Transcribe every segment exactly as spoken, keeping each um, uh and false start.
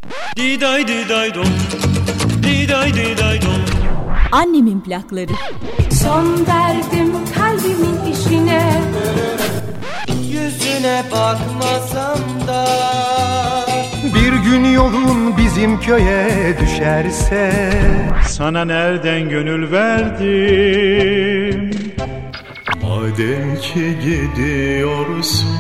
Diday diday dom, diday diday dom. Annemin plakları. Son verdim kalbimin işine. Yüzüne bakmasam da. Bir gün yolun bizim köye düşerse. Sana nereden gönül verdim? Madem ki gidiyorsun.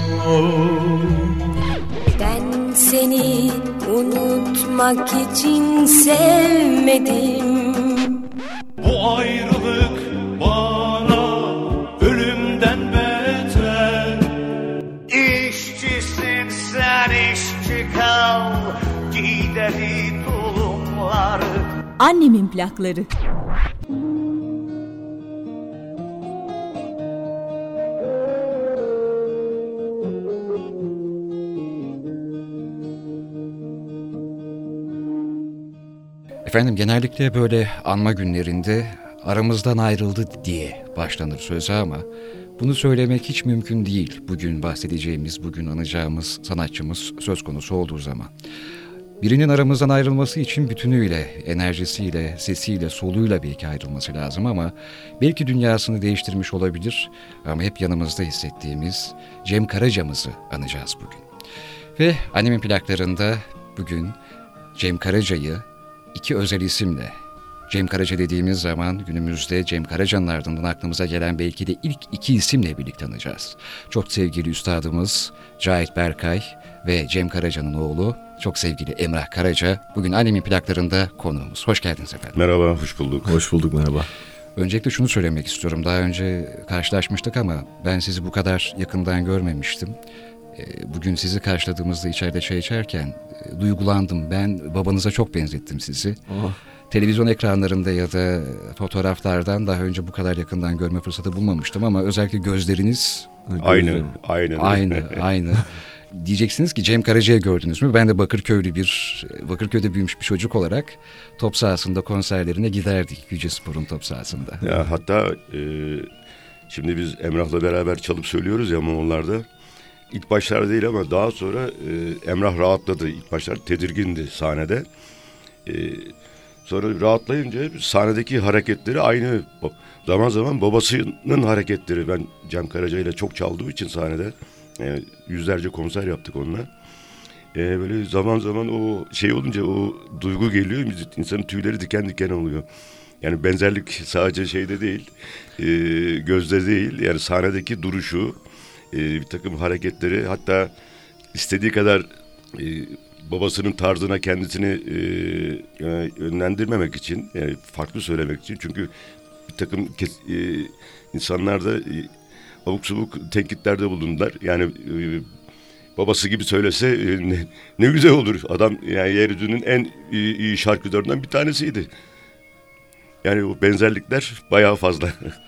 Ben seni unutmak için sevmedim. Bu ayrılık bana ölümden beter. İşçisin sen, işçi kal, gideri tulumları. Annemin plakları. Efendim genellikle böyle anma günlerinde aramızdan ayrıldı diye başlanır söze ama bunu söylemek hiç mümkün değil bugün bahsedeceğimiz, bugün anacağımız sanatçımız söz konusu olduğu zaman. Birinin aramızdan ayrılması için bütünüyle, enerjisiyle, sesiyle, soluyla belki ayrılması lazım ama belki dünyasını değiştirmiş olabilir ama hep yanımızda hissettiğimiz Cem Karaca'mızı anacağız bugün. Ve annemin plaklarında bugün Cem Karaca'yı İki özel isimle, Cem Karaca dediğimiz zaman günümüzde Cem Karaca'nın ardından aklımıza gelen belki de ilk iki isimle birlikte anacağız. Çok sevgili üstadımız Cahit Berkay ve Cem Karaca'nın oğlu çok sevgili Emrah Karaca bugün annemin plaklarında konuğumuz. Hoş geldiniz efendim. Merhaba, hoş bulduk. Hoş bulduk, merhaba. Öncelikle şunu söylemek istiyorum. Daha önce karşılaşmıştık ama ben sizi bu kadar yakından görmemiştim. Bugün sizi karşıladığımızda içeride çay içerken duygulandım. Ben babanıza çok benzettim sizi. Oh. Televizyon ekranlarında ya da fotoğraflardan daha önce bu kadar yakından görme fırsatı bulmamıştım ama özellikle gözleriniz... Aynı, aynı. Aynı, aynı. Diyeceksiniz ki Cem Karaca'yı gördünüz mü? Ben de Bakırköylü bir, Bakırköy'de büyümüş bir çocuk olarak top sahasında konserlerine giderdik. Yücespor'un top sahasında. Ya hatta e, şimdi biz Emrah'la beraber çalıp söylüyoruz ya Moğollarda. İlk başlarda değil ama daha sonra e, Emrah rahatladı. İlk başlar tedirgindi sahnede. E, sonra rahatlayınca sahnedeki hareketleri aynı. Zaman zaman babasının hareketleri. Ben Cem Karaca ile çok çaldığım için sahnede e, yüzlerce konser yaptık onunla. E, böyle zaman zaman o şey olunca o duygu geliyor. İnsanın tüyleri diken diken oluyor. Yani benzerlik sadece şeyde değil, e, gözde değil. Yani sahnedeki duruşu, e, bir takım hareketleri, hatta istediği kadar e, babasının tarzına kendisini e, yönlendirmemek için, yani farklı söylemek için. Çünkü bir takım kes, e, insanlar da e, abuk subuk tenkitlerde bulundular. Yani e, babası gibi söylese e, ne, ne güzel olur. Adam yani yeryüzünün en iyi, iyi şarkılarından bir tanesiydi. Yani o benzerlikler bayağı fazla.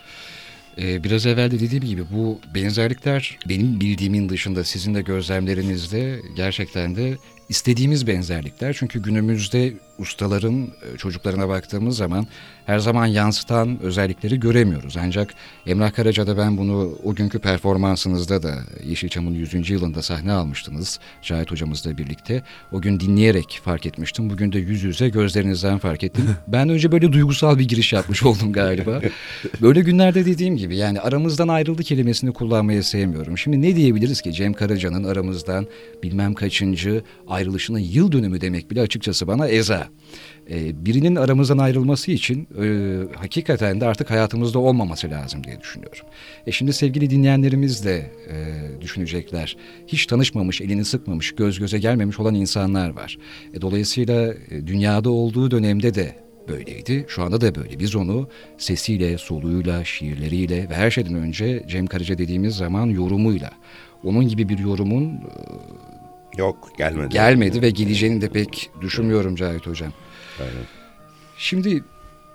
Ee, biraz evvel de dediğim gibi bu benzerlikler benim bildiğimin dışında sizin de gözlemlerinizde gerçekten de istediğimiz benzerlikler. Çünkü günümüzde ustaların çocuklarına baktığımız zaman her zaman yansıtan özellikleri göremiyoruz. Ancak Emrah Karaca'da ben bunu o günkü performansınızda da Yeşilçam'ın yüzüncü yılında sahne almıştınız Cahit hocamızla birlikte. O gün dinleyerek fark etmiştim. Bugün de yüz yüze gözlerinizden fark ettim. Ben önce böyle duygusal bir giriş yapmış oldum galiba. Böyle günlerde dediğim gibi yani aramızdan ayrıldı kelimesini kullanmayı sevmiyorum. Şimdi ne diyebiliriz ki Cem Karaca'nın aramızdan bilmem kaçıncı ayrılışının yıl dönümü demek bile açıkçası bana eza. Ee, birinin aramızdan ayrılması için e, hakikaten de artık hayatımızda olmaması lazım diye düşünüyorum. E şimdi sevgili dinleyenlerimiz de e, düşünecekler. Hiç tanışmamış, elini sıkmamış, göz göze gelmemiş olan insanlar var. E, dolayısıyla e, dünyada olduğu dönemde de böyleydi. Şu anda da böyle. Biz onu sesiyle, soluyla, şiirleriyle ve her şeyden önce Cem Karaca dediğimiz zaman yorumuyla. Onun gibi bir yorumun e, yok gelmedi. Gelmedi ve geleceğini de pek düşünmüyorum Cahit Hocam. Aynen. Şimdi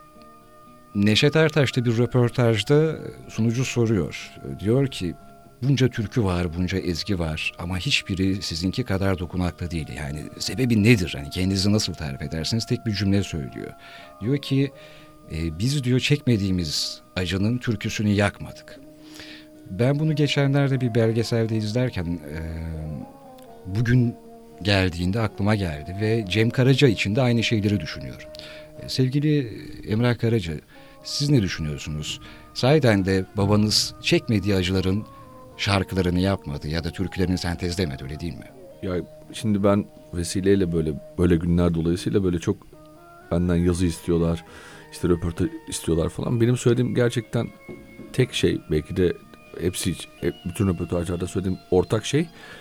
Neşet Ertaş'ta bir röportajda sunucu soruyor. Diyor ki bunca türkü var, bunca ezgi var ama hiçbiri sizinki kadar dokunaklı değil. Yani sebebi nedir? Hani kendinizi nasıl tarif edersiniz? Tek bir cümle söylüyor. Diyor ki e, biz diyor çekmediğimiz acının türküsünü yakmadık. Ben bunu geçenlerde bir belgeselde izlerken e, bugün geldiğinde aklıma geldi ve Cem Karaca için de aynı şeyleri düşünüyorum. Sevgili Emrah Karaca, siz ne düşünüyorsunuz? Sahiden de babanız çekmediği acıların şarkılarını yapmadı ya da türkülerini sentezlemedi, öyle değil mi? Ya şimdi ben vesileyle böyle böyle günler dolayısıyla böyle çok benden yazı istiyorlar, işte röportaj istiyorlar falan. Benim söylediğim gerçekten tek şey, belki de hepsi, bütün röportajlarda söylediğim ortak şey,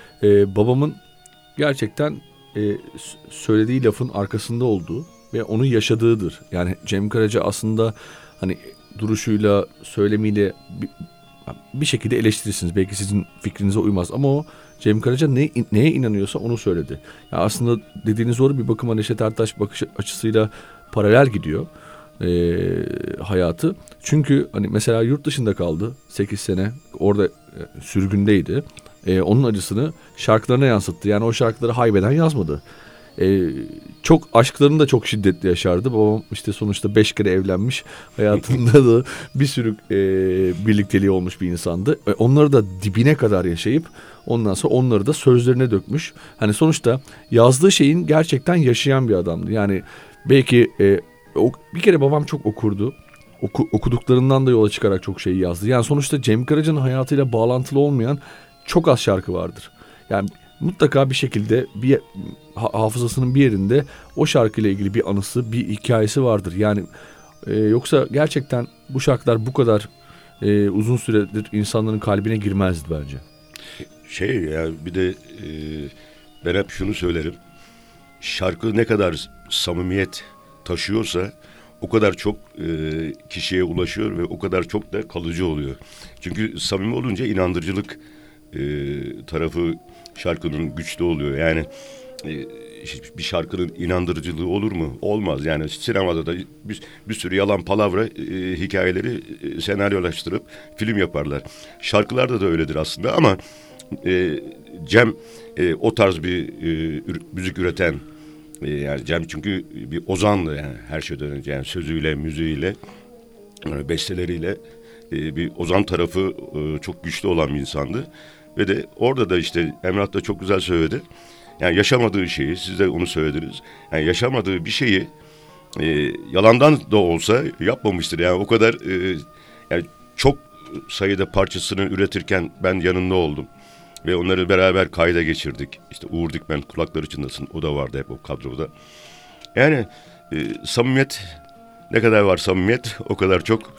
e, babamın gerçekten e, söylediği lafın arkasında olduğu ve onu yaşadığıdır. Yani Cem Karaca aslında hani duruşuyla, söylemiyle bir, bir şekilde eleştirirsiniz. Belki sizin fikrinize uymaz ama o Cem Karaca ne, neye inanıyorsa onu söyledi. Yani aslında dediğiniz doğru, bir bakıma Neşet Ertaş bakış açısıyla paralel gidiyor e, hayatı. Çünkü hani mesela yurt dışında kaldı sekiz sene, orada e, sürgündeydi. E, onun acısını şarkılarına yansıttı. Yani o şarkıları haybeden yazmadı. Ee, çok aşklarını da çok şiddetli yaşardı. Babam işte sonuçta beş kere evlenmiş. Hayatında da bir sürü e, birlikteliği olmuş bir insandı. E, onları da dibine kadar yaşayıp ondan sonra onları da sözlerine dökmüş. Hani sonuçta yazdığı şeyin gerçekten yaşayan bir adamdı. Yani belki e, o, bir kere babam çok okurdu. Oku, okuduklarından da yola çıkarak çok şey yazdı. Yani sonuçta Cem Karaca'nın hayatıyla bağlantılı olmayan çok az şarkı vardır. Yani mutlaka bir şekilde bir hafızasının bir yerinde o şarkıyla ilgili bir anısı, bir hikayesi vardır. Yani e, yoksa gerçekten bu şarkılar bu kadar e, uzun süredir insanların kalbine girmezdi bence. Şey ya, bir de e, ben hep şunu söylerim. Şarkı ne kadar samimiyet taşıyorsa o kadar çok e, kişiye ulaşıyor ve o kadar çok da kalıcı oluyor. Çünkü samimi olunca inandırıcılık e, tarafı şarkının güçlü oluyor. Yani e, bir şarkının inandırıcılığı olur mu? Olmaz. Yani sinemada da bir, bir sürü yalan palavra e, hikayeleri e, senaryolaştırıp film yaparlar. Şarkılarda da öyledir aslında ama e, Cem e, o tarz bir e, müzik üreten e, yani Cem çünkü bir ozandı yani her şeyden önce, yani sözüyle, müziğiyle, yani besteleriyle e, bir ozan tarafı e, çok güçlü olan bir insandı. Ve de orada da işte Emrah da çok güzel söyledi. Yani yaşamadığı şeyi, siz de onu söylediniz. Yani yaşamadığı bir şeyi e, yalandan da olsa yapmamıştır. Yani o kadar e, yani çok sayıda parçasını üretirken ben yanında oldum. Ve onları beraber kayda geçirdik. İşte Uğur Dikmen, Kulakları Çınlasın, o da vardı hep o kadroda. Yani e, samimiyet, ne kadar var samimiyet o kadar çok.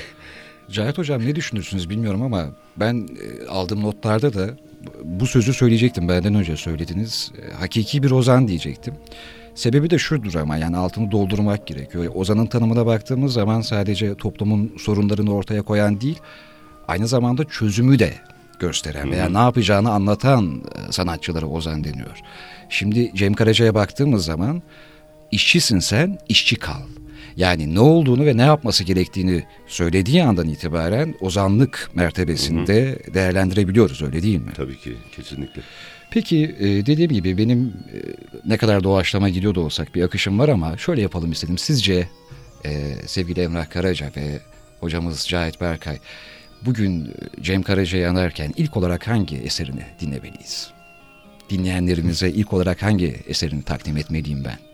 Cahit Hocam ne düşünürsünüz bilmiyorum ama ben e, aldığım notlarda da bu sözü söyleyecektim, benden önce söylediniz. E, hakiki bir ozan diyecektim. Sebebi de şudur ama yani altını doldurmak gerekiyor. Ozanın tanımına baktığımız zaman sadece toplumun sorunlarını ortaya koyan değil, aynı zamanda çözümü de gösteren veya ne yapacağını anlatan sanatçılara ozan deniyor. Şimdi Cem Karaca'ya baktığımız zaman işçisin sen, işçi kal. Yani ne olduğunu ve ne yapması gerektiğini söylediği andan itibaren ozanlık mertebesinde hı hı. değerlendirebiliyoruz, öyle değil mi? Tabii ki, kesinlikle. Peki dediğim gibi benim ne kadar doğaçlama gidiyor da olsak bir akışım var ama şöyle yapalım istedim. Sizce sevgili Emrah Karaca ve hocamız Cahit Berkay, bugün Cem Karaca'yı anarken ilk olarak hangi eserini dinlemeliyiz? Dinleyenlerimize ilk olarak hangi eserini takdim etmeliyim ben?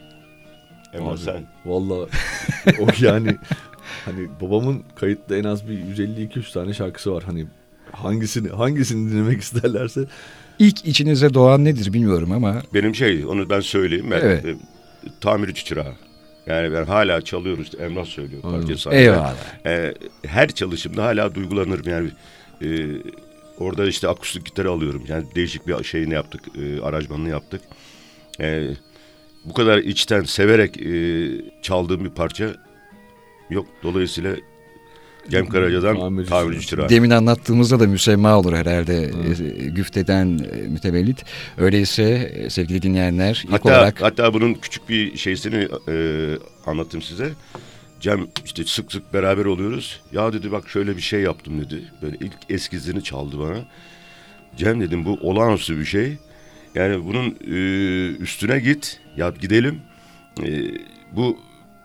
Ama sen. Vallahi o yani hani babamın kayıtlı en az bir yüz elli iki yüz tane şarkısı var. Hani hangisini hangisini dinlemek isterlerse. İlk içinize doğan nedir bilmiyorum ama. Benim şey, onu ben söyleyeyim. Ben, evet. e, Tamirci Çırağı. Yani ben hala çalıyoruz. Emrah söylüyor. Eyvallah. E, her çalışımda hala duygulanırım. Yani e, orada işte akustik gitarı alıyorum. Yani değişik bir şeyini yaptık. E, aranjmanını yaptık. E, bu kadar içten severek e, çaldığım bir parça yok. Dolayısıyla Cem Karaca'dan Tamirci, Tamirci Çırağı. Demin anlattığımızda da müsemma olur herhalde e, güfteden e, mütevellit. Öyleyse e, sevgili dinleyenler ilk hatta, olarak... Hatta bunun küçük bir şeysini e, anlatayım size. Cem işte sık sık beraber oluyoruz. Ya dedi bak şöyle bir şey yaptım dedi. Böyle ilk eskizini çaldı bana. Cem dedim bu olağanüstü bir şey. Yani bunun e, üstüne git. Ya gidelim. E, bu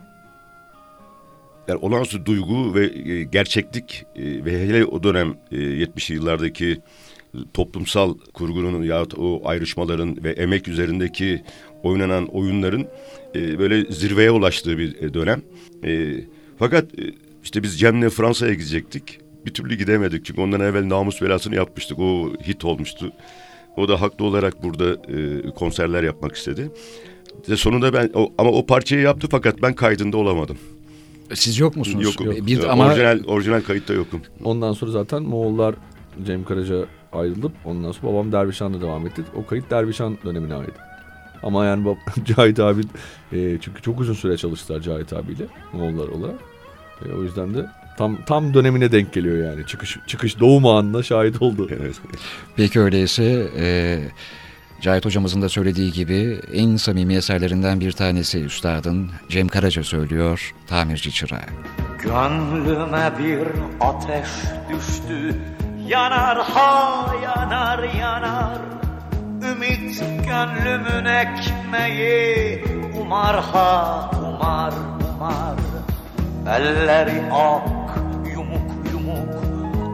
yani olağanüstü duygu ve e, gerçeklik e, ve hele o dönem e, yetmişli yıllardaki toplumsal kurgunun ya o ayrışmaların ve emek üzerindeki oynanan oyunların e, böyle zirveye ulaştığı bir dönem. E, fakat e, işte biz Cem'le Fransa'ya gidecektik. Bir türlü gidemedik çünkü ondan evvel Namus Belası'nı yapmıştık. O hit olmuştu. O da haklı olarak burada e, konserler yapmak istedi. Ve sonunda ben o, ama o parçayı yaptı fakat ben kaydında olamadım. Siz yok musunuz? Yokum. Bir, ya, ama... orijinal, orijinal kayıtta yokum. Ondan sonra zaten Moğollar Cem Karaca ayrılıp ondan sonra babam Dervişhan'la devam etti. O kayıt Dervişhan dönemine ait. Ama yani bab- Cahit abi e, çünkü çok uzun süre çalıştılar Cahit abiyle Moğollar olarak. E, o yüzden de tam tam dönemine denk geliyor yani. Çıkış çıkış doğum anına şahit oldu. Evet. Peki öyleyse e, Cahit hocamızın da söylediği gibi en samimi eserlerinden bir tanesi üstadın, Cem Karaca söylüyor, Tamirci Çırağı. Gönlüme bir ateş düştü, yanar ha yanar yanar. Ümit gönlümün ekmeği, umar ha umar umar. Elleri ak yumuk yumuk,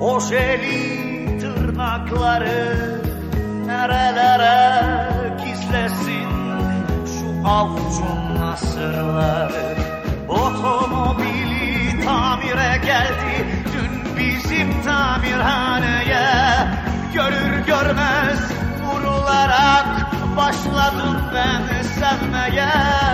ojeli tırnakları nerelere gizlesin şu avucun nasırları. Otomobili tamire geldi dün bizim tamirhaneye. Görür görmez vurularak başladım ben sevmeye.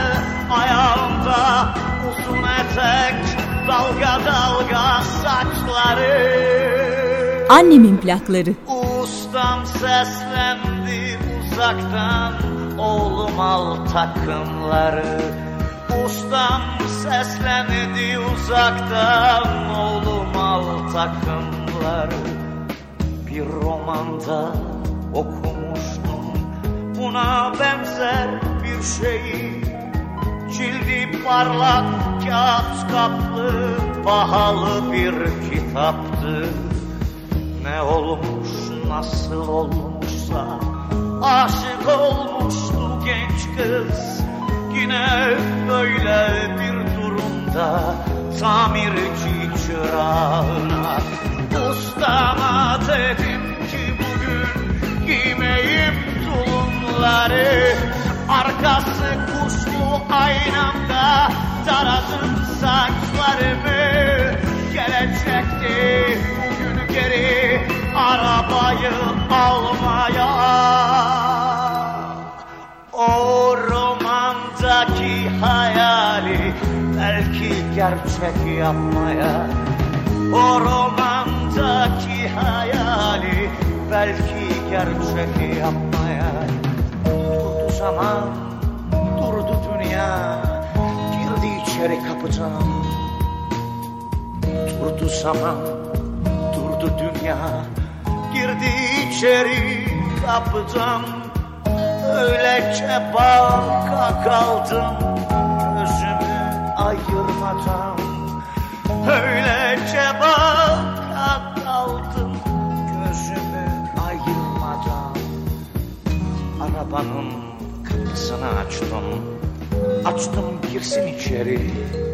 Ayağımda uzun etek, dalga dalga saçları. Annemin plakları. Ustam seslendi uzaktan, oğlum al takımları. Ustam seslendi uzaktan, oğlum al takımları. Bir romanda okumuştum buna benzer bir şeyi. Cildi parlak kağıt kaplı, pahalı bir kitaptı. Ne olmuş nasıl olmuşsa aşık olmuştu genç kız. Yine böyle bir durumda tamirci çırağına. Ustama dedim ki bugün giymeyim tulumları. Arkası kuşlu aynamda taradım saçlarımı. Gelecekti bugün geri arabayı almaya. O romandaki hayali belki gerçek yapmaya. O romandaki hayali belki gerçek yapmaya. Durdu zaman, durdu dünya, girdi içeri kapıdan. Durdu zaman, durdu dünya, girdi içeri kapıdan. Öylece baka kaldım, gözümü ayırmadan. Öylece baka kaldım, gözümü ayırmadan. Arabanın kapısını açtım, açtım girsin içeri.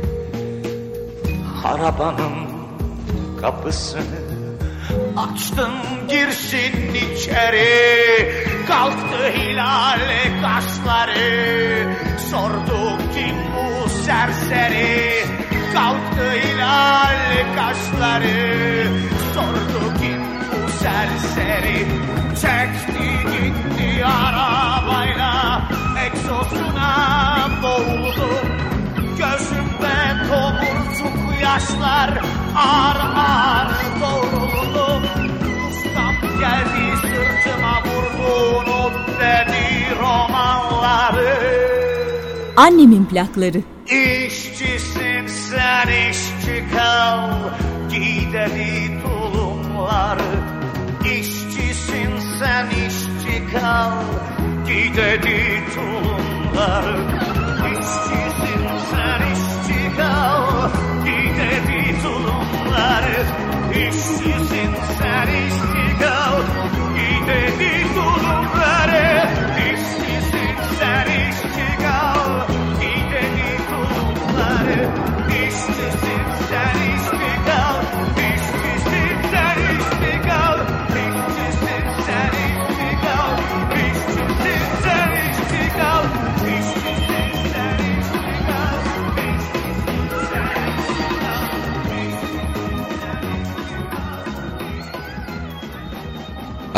Arabanın kapısını açtım girsin içeri. Kalktı hilal kaşları, sordu kim bu serseri. Kalktı hilal kaşları, sordu kim bu serseri. Çekti gitti arabayla, egzozuna boğuldu. Gözümde tomurcuk yaşlar ağır ağır doğruldu. Ustam geldi sırtıma vurdu, unut dedi romanları. Annemin plakları. İşçisin sen işçi kal, giy dedi tulumları. İşçisin sen işçi kal, giy dedi tulumları. İşçisin sen işçi kal, giy dedi tulumları. İşçisin sen işçi kal, giy dedi tulumları. İşçisin sen işçi kal, giy dedi tulumları. İşçisin sen işçi kal, işçisin sen işçi kal, işçisin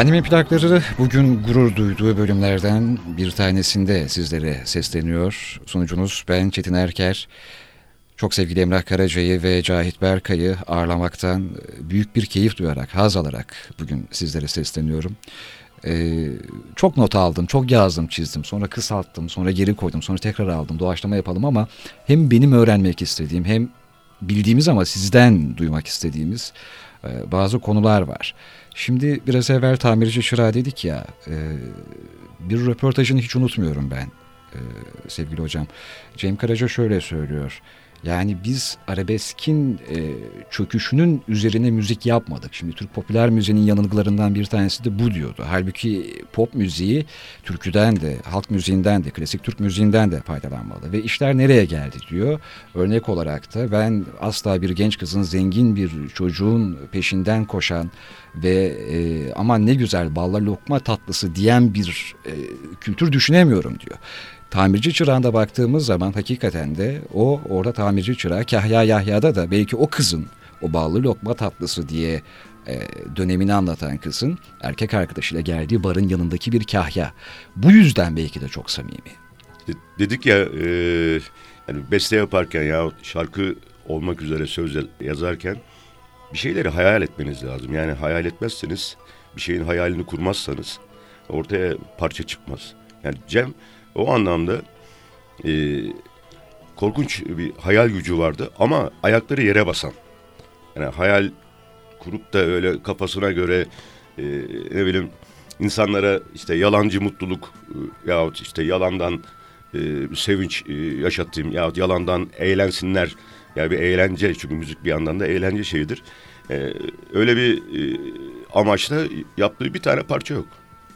Annemin plakları bugün gurur duyduğu bölümlerden bir tanesinde sizlere sesleniyor. Sunucunuz ben Çetin Erker. Çok sevgili Emrah Karaca'yı ve Cahit Berkay'ı ağırlamaktan büyük bir keyif duyarak, haz alarak bugün sizlere sesleniyorum. Ee, çok not aldım, çok yazdım, çizdim. Sonra kısalttım, sonra geri koydum, sonra tekrar aldım. Doğaçlama yapalım ama hem benim öğrenmek istediğim, hem bildiğimiz ama sizden duymak istediğimiz e, bazı konular var. Şimdi biraz evvel tamirci çırağı dedik ya, e, bir röportajını hiç unutmuyorum ben e, sevgili hocam. Cem Karaca şöyle söylüyor. Yani biz arabeskin e, çöküşünün üzerine müzik yapmadık. Şimdi Türk popüler müziğinin yanılgılarından bir tanesi de bu diyordu. Halbuki pop müziği türküden de, halk müziğinden de, klasik Türk müziğinden de faydalanmalı. Ve işler nereye geldi diyor. Örnek olarak da ben asla bir genç kızın, zengin bir çocuğun peşinden koşan ve e, aman ne güzel balla lokma tatlısı diyen bir e, kültür düşünemiyorum diyor. Tamirci çırağında baktığımız zaman hakikaten de o orada tamirci çırağı, Kahya Yahya'da da belki o kızın, o ballı lokma tatlısı diye e, dönemini anlatan kızın erkek arkadaşıyla geldiği barın yanındaki bir kahya. Bu yüzden belki de çok samimi. Dedik ya e, yani beste yaparken ya şarkı olmak üzere söz yazarken bir şeyleri hayal etmeniz lazım. Yani hayal etmezseniz, bir şeyin hayalini kurmazsanız ortaya parça çıkmaz. Yani Cem o anlamda e, korkunç bir hayal gücü vardı ama ayakları yere basan. Yani hayal kurup da öyle kafasına göre e, ne bileyim insanlara işte yalancı mutluluk e, yahut işte yalandan e, sevinç e, yaşatayım yahut yalandan eğlensinler. Yani bir eğlence, çünkü müzik bir yandan da eğlence şeyidir. E, öyle bir e, amaçla yaptığı bir tane parça yok.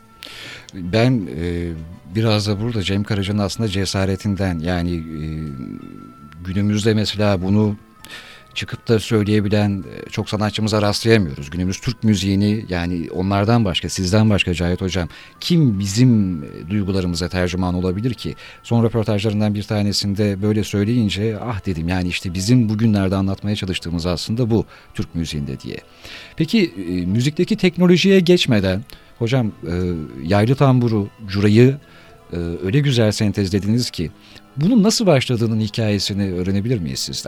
Ben e, biraz da burada Cem Karaca'nın aslında cesaretinden, yani e, günümüzde mesela bunu çıkıp da söyleyebilen çok sanatçımıza rastlayamıyoruz. Günümüz Türk müziğini, yani onlardan başka, sizden başka Cahit Hocam, kim bizim duygularımıza tercüman olabilir ki? Son röportajlarından bir tanesinde böyle söyleyince ah dedim, yani işte bizim bugünlerde anlatmaya çalıştığımız aslında bu Türk müziğinde diye. Peki e, müzikteki teknolojiye geçmeden hocam, e, yaylı tamburu, curayı e, öyle güzel sentezlediniz ki bunun nasıl başladığının hikayesini öğrenebilir miyiz sizden?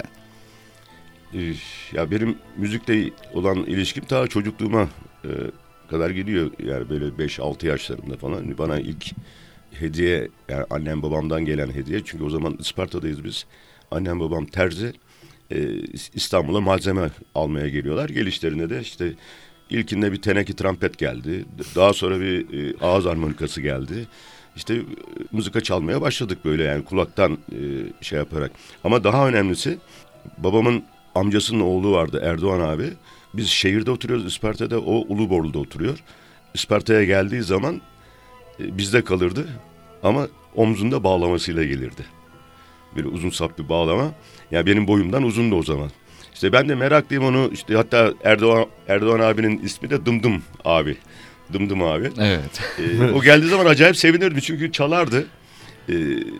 Ya benim müzikle olan ilişkim ta çocukluğuma e, kadar gidiyor. Yani böyle beş altı yaşlarımda falan. Bana ilk hediye, yani annem babamdan gelen hediye. Çünkü o zaman Isparta'dayız biz. Annem babam terzi. E, İstanbul'a malzeme almaya geliyorlar. Gelişlerinde de işte ilkinde bir teneke trompet geldi. Daha sonra bir e, ağız armonikası geldi. İşte e, müzika çalmaya başladık böyle, yani kulaktan e, şey yaparak. Ama daha önemlisi, babamın amcasının oğlu vardı, Erdoğan abi. Biz şehirde oturuyoruz, Isparta'da, o Uluborlu'da oturuyor. Isparta'ya geldiği zaman e, bizde kalırdı ama omzunda bağlamasıyla gelirdi. Böyle uzun sap bir bağlama. Yani benim boyumdan uzundu o zaman. İşte ben de meraklıyım onu, işte hatta Erdoğan Erdoğan abinin ismi de Dımdım abi. Dımdım abi. Evet. E, o geldiği zaman acayip sevinirdim çünkü çalardı. E,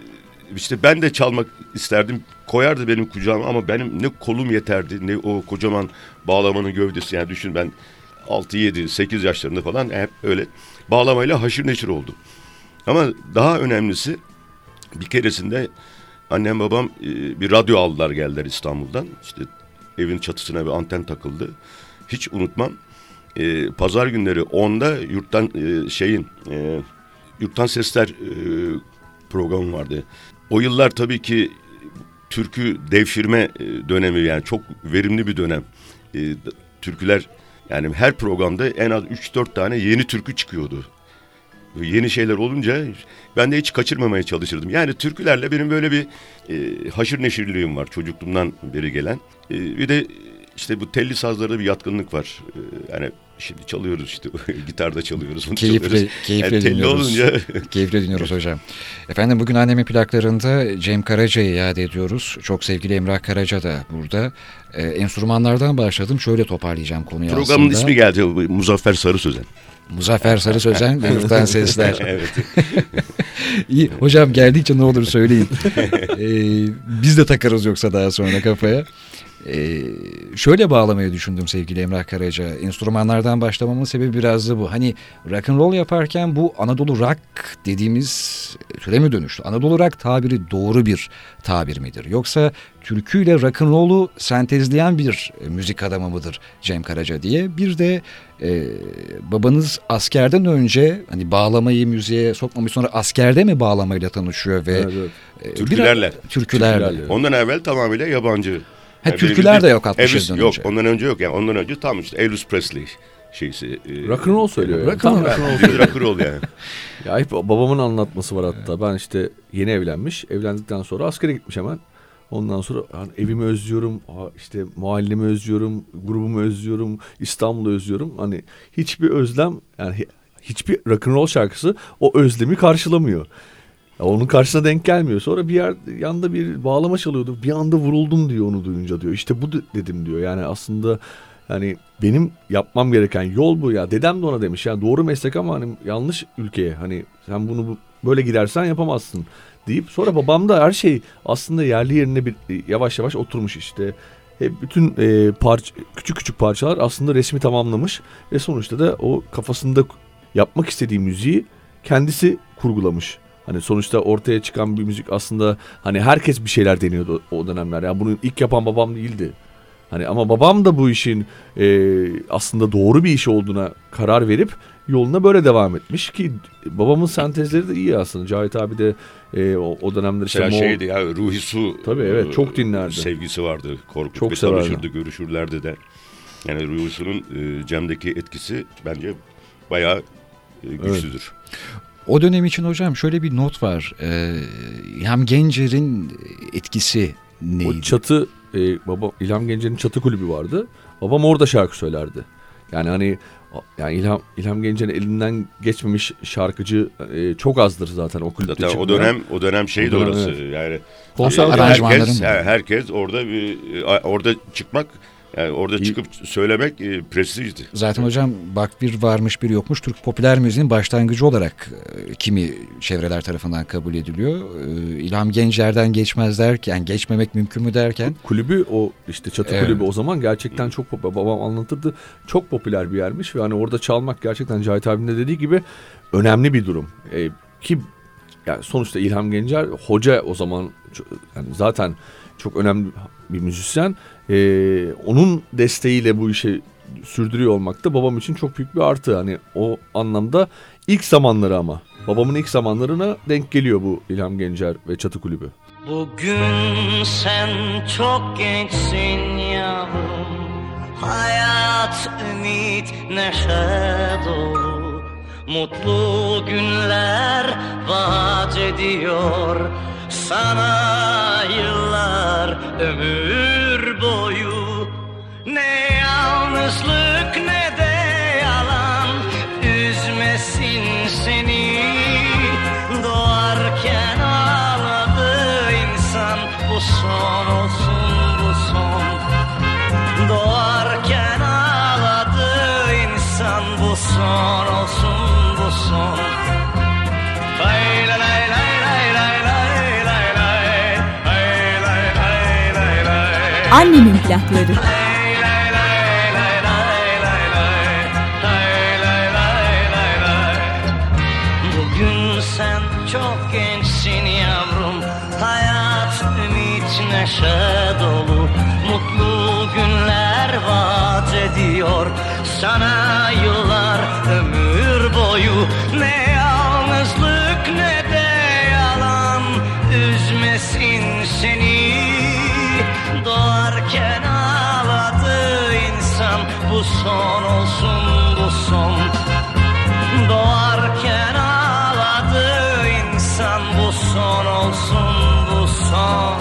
işte ben de çalmak isterdim. Koyardı benim kucağıma ama benim ne kolum yeterdi, ne o kocaman bağlamanın gövdesi. Yani düşün, ben altı yedi sekiz yaşlarında falan hep öyle bağlamayla haşır neşir oldum. Ama daha önemlisi, bir keresinde annem babam e, bir radyo aldılar, geldiler İstanbul'dan. İşte evin çatısına bir anten takıldı. Hiç unutmam. E, pazar günleri onda yurttan e, şeyin e, yurttan sesler e, programı vardı. O yıllar tabii ki türkü devşirme dönemi, yani çok verimli bir dönem. E, türküler, yani her programda en az üç dört tane yeni türkü çıkıyordu. Yeni şeyler olunca ben de hiç kaçırmamaya çalışırdım. Yani türkülerle benim böyle bir e, haşır neşirliğim var çocukluğumdan beri gelen. E, bir de işte bu telli sazlarda bir yatkınlık var. E, yani şimdi çalıyoruz işte, gitarda çalıyoruz. Bunu keyifli, çalıyoruz. keyifli yani dinliyoruz. Olunca... keyifli dinliyoruz hocam. Efendim, bugün annemin plaklarında Cem Karaca'yı iade ediyoruz. Çok sevgili Emrah Karaca da burada. Ee, enstrümanlardan başladım. Şöyle toparlayacağım konuyu Programın aslında. Programın ismi geldi, Muzaffer Sarı Sözen. Muzaffer Sarı Sözen ve Yurttan Sesler. Evet. İyi hocam, geldikçe ne olur söyleyin. Ee, biz de takarız yoksa daha sonra kafaya. Ee, şöyle bağlamayı düşündüm sevgili Emrah Karaca. Enstrümanlardan başlamamın sebebi biraz da bu. Hani rock and roll yaparken bu Anadolu rock dediğimiz türe mi dönüştü? Anadolu rock tabiri doğru bir tabir midir? Yoksa türküyle rock and roll'u sentezleyen bir müzik adamı mıdır Cem Karaca diye. Bir de e, babanız askerden önce hani bağlamayı müziğe sokmamış, sonra askerde mi bağlamayla tanışıyor ve evet, evet. E, türkülerle. Biraz, türkülerle. Türkülerle. Ondan evvel tamamıyla yabancı. Ha, yani türküler de yok altmış Elvis, yıldan yok, önce. ondan önce yok yani. Ondan önce tam işte Elvis Presley şeysi. E, rock and roll söylüyor. Rock and roll. Yani. Rock and roll yani. Ya hep babamın anlatması var hatta. Ben işte yeni evlenmiş. Evlendikten sonra askere gitmiş hemen. Ondan sonra yani evimi özlüyorum, işte mahallemi özlüyorum, grubumu özlüyorum, İstanbul'u özlüyorum. Hani hiçbir özlem, yani hiçbir rock and roll şarkısı o özlemi karşılamıyor. Ya onun karşısına denk gelmiyor. Sonra bir yer yanda bir bağlama çalıyordu. Bir anda vuruldum diyor onu duyunca diyor. İşte bu dedim diyor. Yani aslında yani benim yapmam gereken yol bu ya. Dedem de ona demiş. Yani doğru meslek ama hani yanlış ülkeye. Hani sen bunu böyle gidersen yapamazsın deyip sonra babam da her şey aslında yerli yerine bir yavaş yavaş oturmuş işte. Hep bütün e, parça, küçük küçük parçalar aslında resmi tamamlamış ve sonuçta da o kafasında yapmak istediği müziği kendisi kurgulamış. Hani sonuçta ortaya çıkan bir müzik aslında hani herkes bir şeyler deniyordu o dönemler. Yani bunu ilk yapan babam değildi. Hani ama babam da bu işin e, aslında doğru bir iş olduğuna karar verip yoluna böyle devam etmiş ki babamın sentezleri de iyi aslında. Cahit abi de e, o, o dönemler işte Mesela Mo... şeydi ya Ruhi Su. Tabii evet çok dinlerdi. Sevgisi vardı. Korkut çok ve severdi. tanışırdı, görüşürlerdi de. Yani Ruhi Su'nun e, Cem'deki etkisi bence bayağı e, güçlüdür. Evet. O dönem için hocam şöyle bir not var. Ee, İlham Gencer'in etkisi neydi? O çatı, e, baba İlham Gencer'in çatı kulübü vardı. Babam orada şarkı söylerdi. Yani hani yani İlham İlham Gencer'in elinden geçmemiş şarkıcı e, çok azdır zaten o kulüpte zaten çıkmayan. o dönem o dönem şeydi o dönem, orası. Evet. Yani konser herkes herkes orada bir orada çıkmak, yani orada çıkıp söylemek e, prestijdi. Zaten hocam bak bir varmış bir yokmuş Türk popüler müziğin başlangıcı olarak e, kimi çevreler tarafından kabul ediliyor. E, İlham Gencer'den geçmez derken, geçmemek mümkün mü derken. Kulübü o işte çatı evet. kulübü o zaman gerçekten çok popüler. Babam anlatırdı. Çok popüler bir yermiş ve hani orada çalmak gerçekten Cahit abinin de dediği gibi önemli bir durum. E, ki yani sonuçta İlham Gencer hoca o zaman yani zaten çok önemli bir müzisyen. Ee, onun desteğiyle bu işi sürdürüyor olmak da babam için çok büyük bir artı. Hani o anlamda ilk zamanları ama babamın ilk zamanlarına denk geliyor bu İlham Gencer ve Çatı Kulübü. Bugün sen çok gençsin yavrum, hayat, ümit, neşe dolu, mutlu günler vaat ediyor sana yıllar, ömür boyu. Ne yalnızlık ne de yalan üzmesin seni, doğarken ağladı insan, bu son olsun bu son. Doğarken ağladı insan, bu son olsun bu son. Lay lay lay lay lay lay lay lay lay lay lay lay. Annemin plakları. Bugün sen çok gençsin yavrum, hayat, ümit, neşe dolu, mutlu günler vaat ediyor sana yıllar, ömür boyu. Ne yalnızlık ne de yalan üzmesin seni, doğarken ağladı insan, bu son olsun bu son. Doğarken ağladı insan, bu son olsun bu son.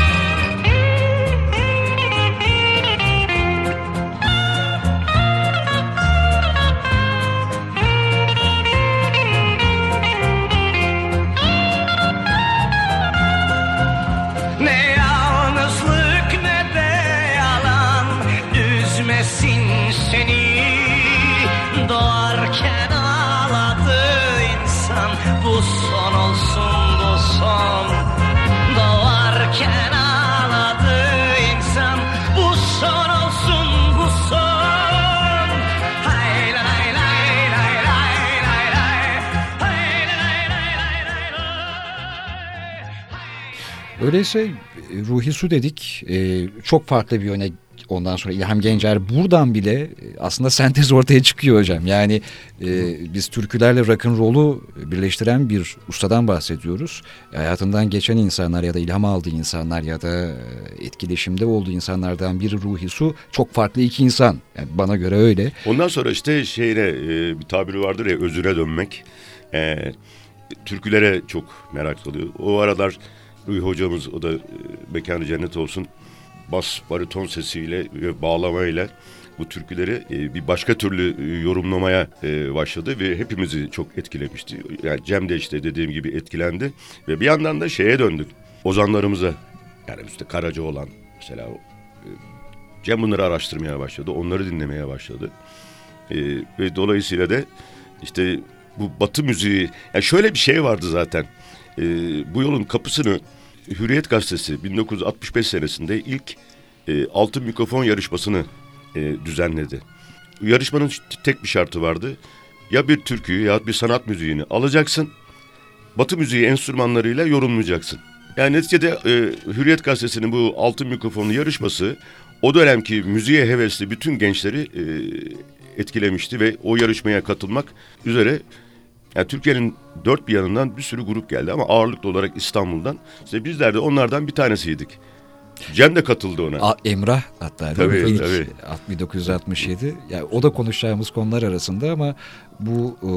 Ne yalnızlık ne de yalan üzmesin seni, doğarken ağladı insan, bu son olsun bu son. Doğarken ağladı insan, bu Öyleyse Ruhi Su dedik, e, çok farklı bir yöne ondan sonra İlham Gencer buradan bile aslında sentez ortaya çıkıyor hocam. Yani e, biz türkülerle rock'n'roll'u birleştiren bir ustadan bahsediyoruz. Hayatından geçen insanlar ya da ilham aldığı insanlar ya da etkileşimde olduğu insanlardan biri Ruhi Su, çok farklı iki insan. Yani bana göre öyle. Ondan sonra işte şeyine e, bir tabiri vardır ya, özüne dönmek. E, türkülere çok merak oluyor. O aralar Ruhi hocamız, o da e, mekanı cennet olsun, bas bariton sesiyle ve bağlamayla bu türküleri e, bir başka türlü e, yorumlamaya e, başladı ve hepimizi çok etkilemişti. Yani Cem de işte dediğim gibi etkilendi ve bir yandan da şeye döndük. Ozanlarımıza, yani işte Karacaoğlan mesela, e, Cem bunları araştırmaya başladı, onları dinlemeye başladı. E, ve dolayısıyla da işte bu Batı müziği, yani şöyle bir şey vardı zaten. E, bu yolun kapısını Hürriyet Gazetesi bin dokuz yüz altmış beş senesinde ilk e, altın mikrofon yarışmasını e, düzenledi. Yarışmanın tek bir şartı vardı. Ya bir türküyü ya bir sanat müziğini alacaksın, Batı müziği enstrümanlarıyla yorumlayacaksın. Yani neticede e, Hürriyet Gazetesi'nin bu altın mikrofonu yarışması o dönemki müziğe hevesli bütün gençleri e, etkilemişti ve o yarışmaya katılmak üzere, yani Türkiye'nin dört bir yanından bir sürü grup geldi ama ağırlıklı olarak İstanbul'dan. İşte bizler de onlardan bir tanesiydik. Cem de katıldı ona. A, Emrah hatta. Tabii, ilk tabii. bin dokuz yüz altmış yedi. Yani o da konuşacağımız konular arasında ama bu e,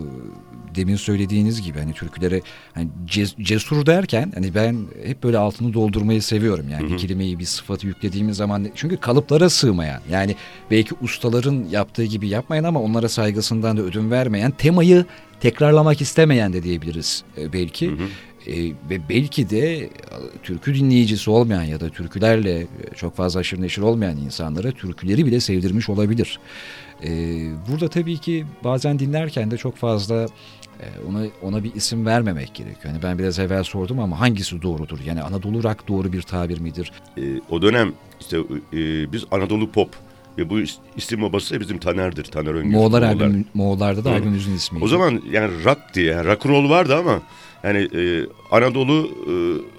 demin söylediğiniz gibi hani türkülere hani ces, cesur derken hani ben hep böyle altını doldurmayı seviyorum. Yani hı hı. bir kelimeyi, bir sıfatı yüklediğimiz zaman, çünkü kalıplara sığmayan, yani belki ustaların yaptığı gibi yapmayan ama onlara saygısından da ödün vermeyen, temayı tekrarlamak istemeyen de diyebiliriz e, belki. Hı hı. E, ve belki de türkü dinleyicisi olmayan ya da türkülerle çok fazla aşırı neşir olmayan insanlara türküleri bile sevdirmiş olabilir. E, burada tabii ki bazen dinlerken de çok fazla e, ona ona bir isim vermemek gerekiyor. Yani ben biraz evvel sordum ama hangisi doğrudur? Yani Anadolu rock doğru bir tabir midir? E, o dönem işte e, biz Anadolu pop ve bu isim babası da bizim Taner'dir. Taner Öngöz. Moğollar albüm, Moğollarda da albümümüzün ismiydi. O zaman yani rock diye, yani rock'n'roll vardı ama yani e, Anadolu e,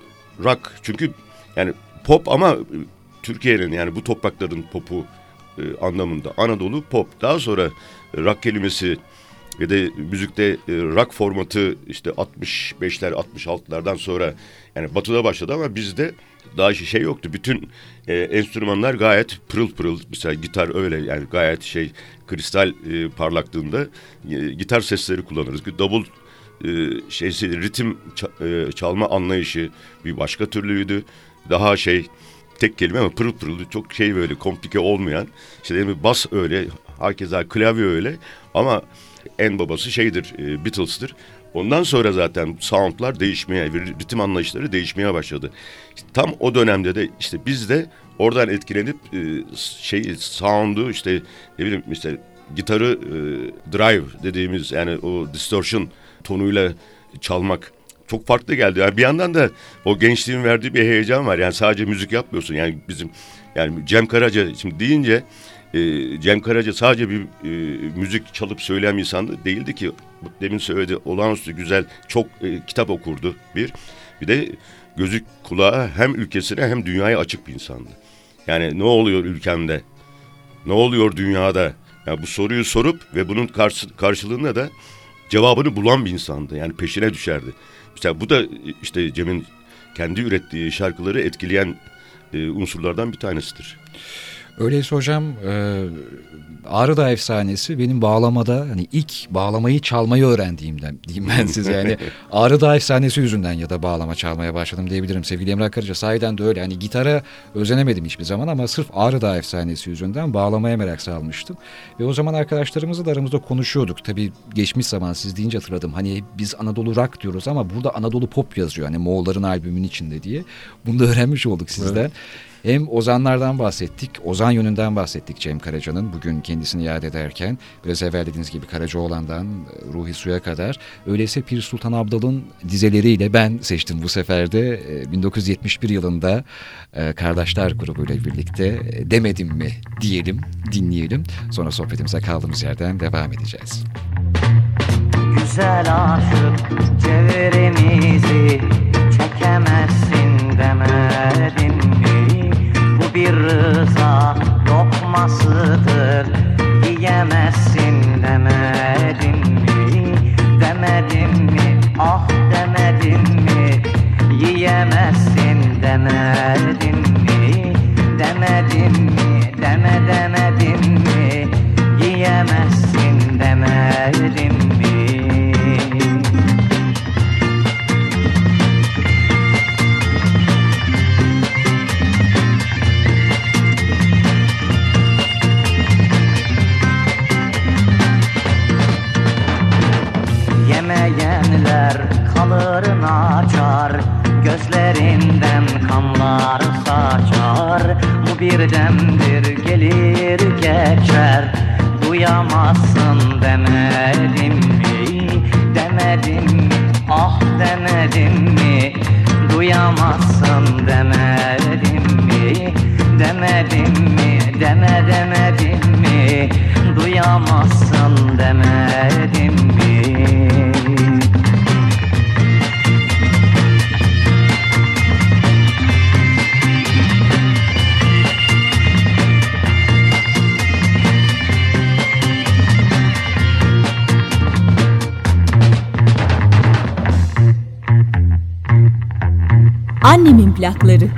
rock, çünkü yani pop ama e, Türkiye'nin, yani bu toprakların popu e, anlamında Anadolu pop. Daha sonra e, rock kelimesi ve de müzikte e, rock formatı işte altmış beşler altmış altılardan sonra yani batıda başladı ama bizde daha şey yoktu. Bütün e, enstrümanlar gayet pırıl pırıl. Mesela gitar öyle, yani gayet şey kristal e, parlaklığında e, gitar sesleri kullanırız. Double e, şeysi ritim ça- e, çalma anlayışı bir başka türlüydü. Daha şey tek kelime ama pırıl pırıl, çok şey böyle komplike olmayan. İşte değil mi, bas öyle, herkese klavye öyle ama en babası şeydir, e, Beatles'tır. Ondan sonra zaten soundlar değişmeye, ritim anlayışları değişmeye başladı. İşte tam o dönemde de işte biz de oradan etkilenip e, şey sound'u işte ne bileyim işte gitarı e, drive dediğimiz, yani o distortion tonuyla çalmak çok farklı geldi. Yani bir yandan da o gençliğin verdiği bir heyecan var. Yani sadece müzik yapmıyorsun. Yani bizim yani Cem Karaca şimdi deyince e, Cem Karaca sadece bir e, müzik çalıp söyleyen bir insan değildi ki. Demin söyledi, olağanüstü güzel çok e, kitap okurdu bir. Bir de gözü kulağı hem ülkesine hem dünyaya açık bir insandı. Yani ne oluyor ülkemde? Ne oluyor dünyada? Yani bu soruyu sorup ve bunun karşı, karşılığında da cevabını bulan bir insandı. Yani peşine düşerdi. Mesela bu da işte Cem'in kendi ürettiği şarkıları etkileyen e, unsurlardan bir tanesidir. Öyleyse hocam e, Ağrı Dağı Efsanesi benim bağlamada hani ilk bağlamayı çalmayı öğrendiğimden diyeyim ben size. Yani Ağrı Dağı Efsanesi yüzünden ya da bağlama çalmaya başladım diyebilirim sevgili Emrah Karaca. Sahiden de öyle. Hani gitara özenemedim hiçbir zaman ama sırf Ağrı Dağı Efsanesi yüzünden bağlamaya merak salmıştım. Ve o zaman arkadaşlarımızla da aramızda konuşuyorduk. Tabii geçmiş zaman siz deyince hatırladım. Hani biz Anadolu rock diyoruz ama burada Anadolu pop yazıyor. Hani Moğolların albümün içinde diye. Bunu da öğrenmiş olduk sizden. Evet. Hem ozanlardan bahsettik, ozan yönünden bahsettik Cem Karaca'nın bugün kendisini yad ederken. Biraz evvel dediğiniz gibi Karacaoğlan'dan Ruhi Su'ya kadar. Öyleyse Pir Sultan Abdal'ın dizeleriyle ben seçtim bu sefer de bin dokuz yüz yetmiş bir yılında Kardeşler grubuyla birlikte Demedim mi diyelim, dinleyelim. Sonra sohbetimize kaldığımız yerden devam edeceğiz. Güzel aşık çevremizi çekemezsin yiyemezsin demedim mi? Demedim mi? Deme demedim mi? Yiyemezsin demedim mi? Yemeyenler kalırını açar, gözlerinden kanlar saçar. Bu birdemdir gelir geçer, duyamazsın demedim mi? Demedim mi? Ah demedim mi? Duyamazsın demedim mi? Demedim mi? Deme demedim mi? Duyamazsın demedim mi? Annemin plakları.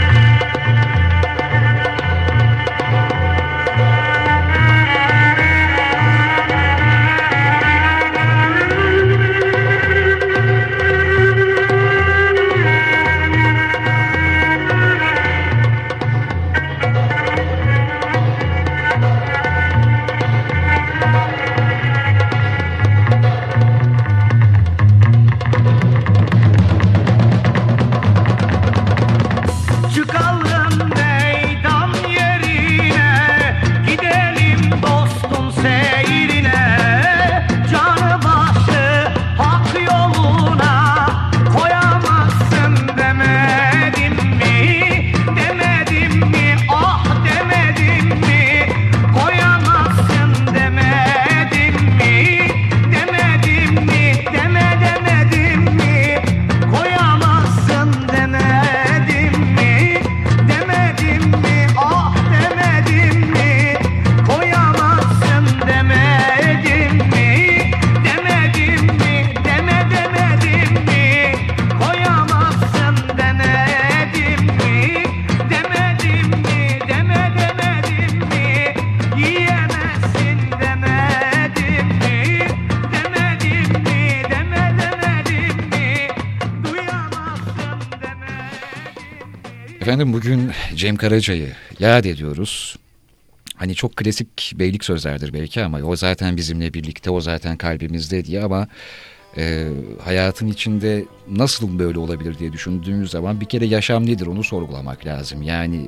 Efendim bugün Cem Karaca'yı yad ediyoruz. Hani çok klasik beylik sözlerdir belki ama o zaten bizimle birlikte, o zaten kalbimizde diye ama e, hayatın içinde nasıl böyle olabilir diye düşündüğümüz zaman bir kere yaşam nedir onu sorgulamak lazım. Yani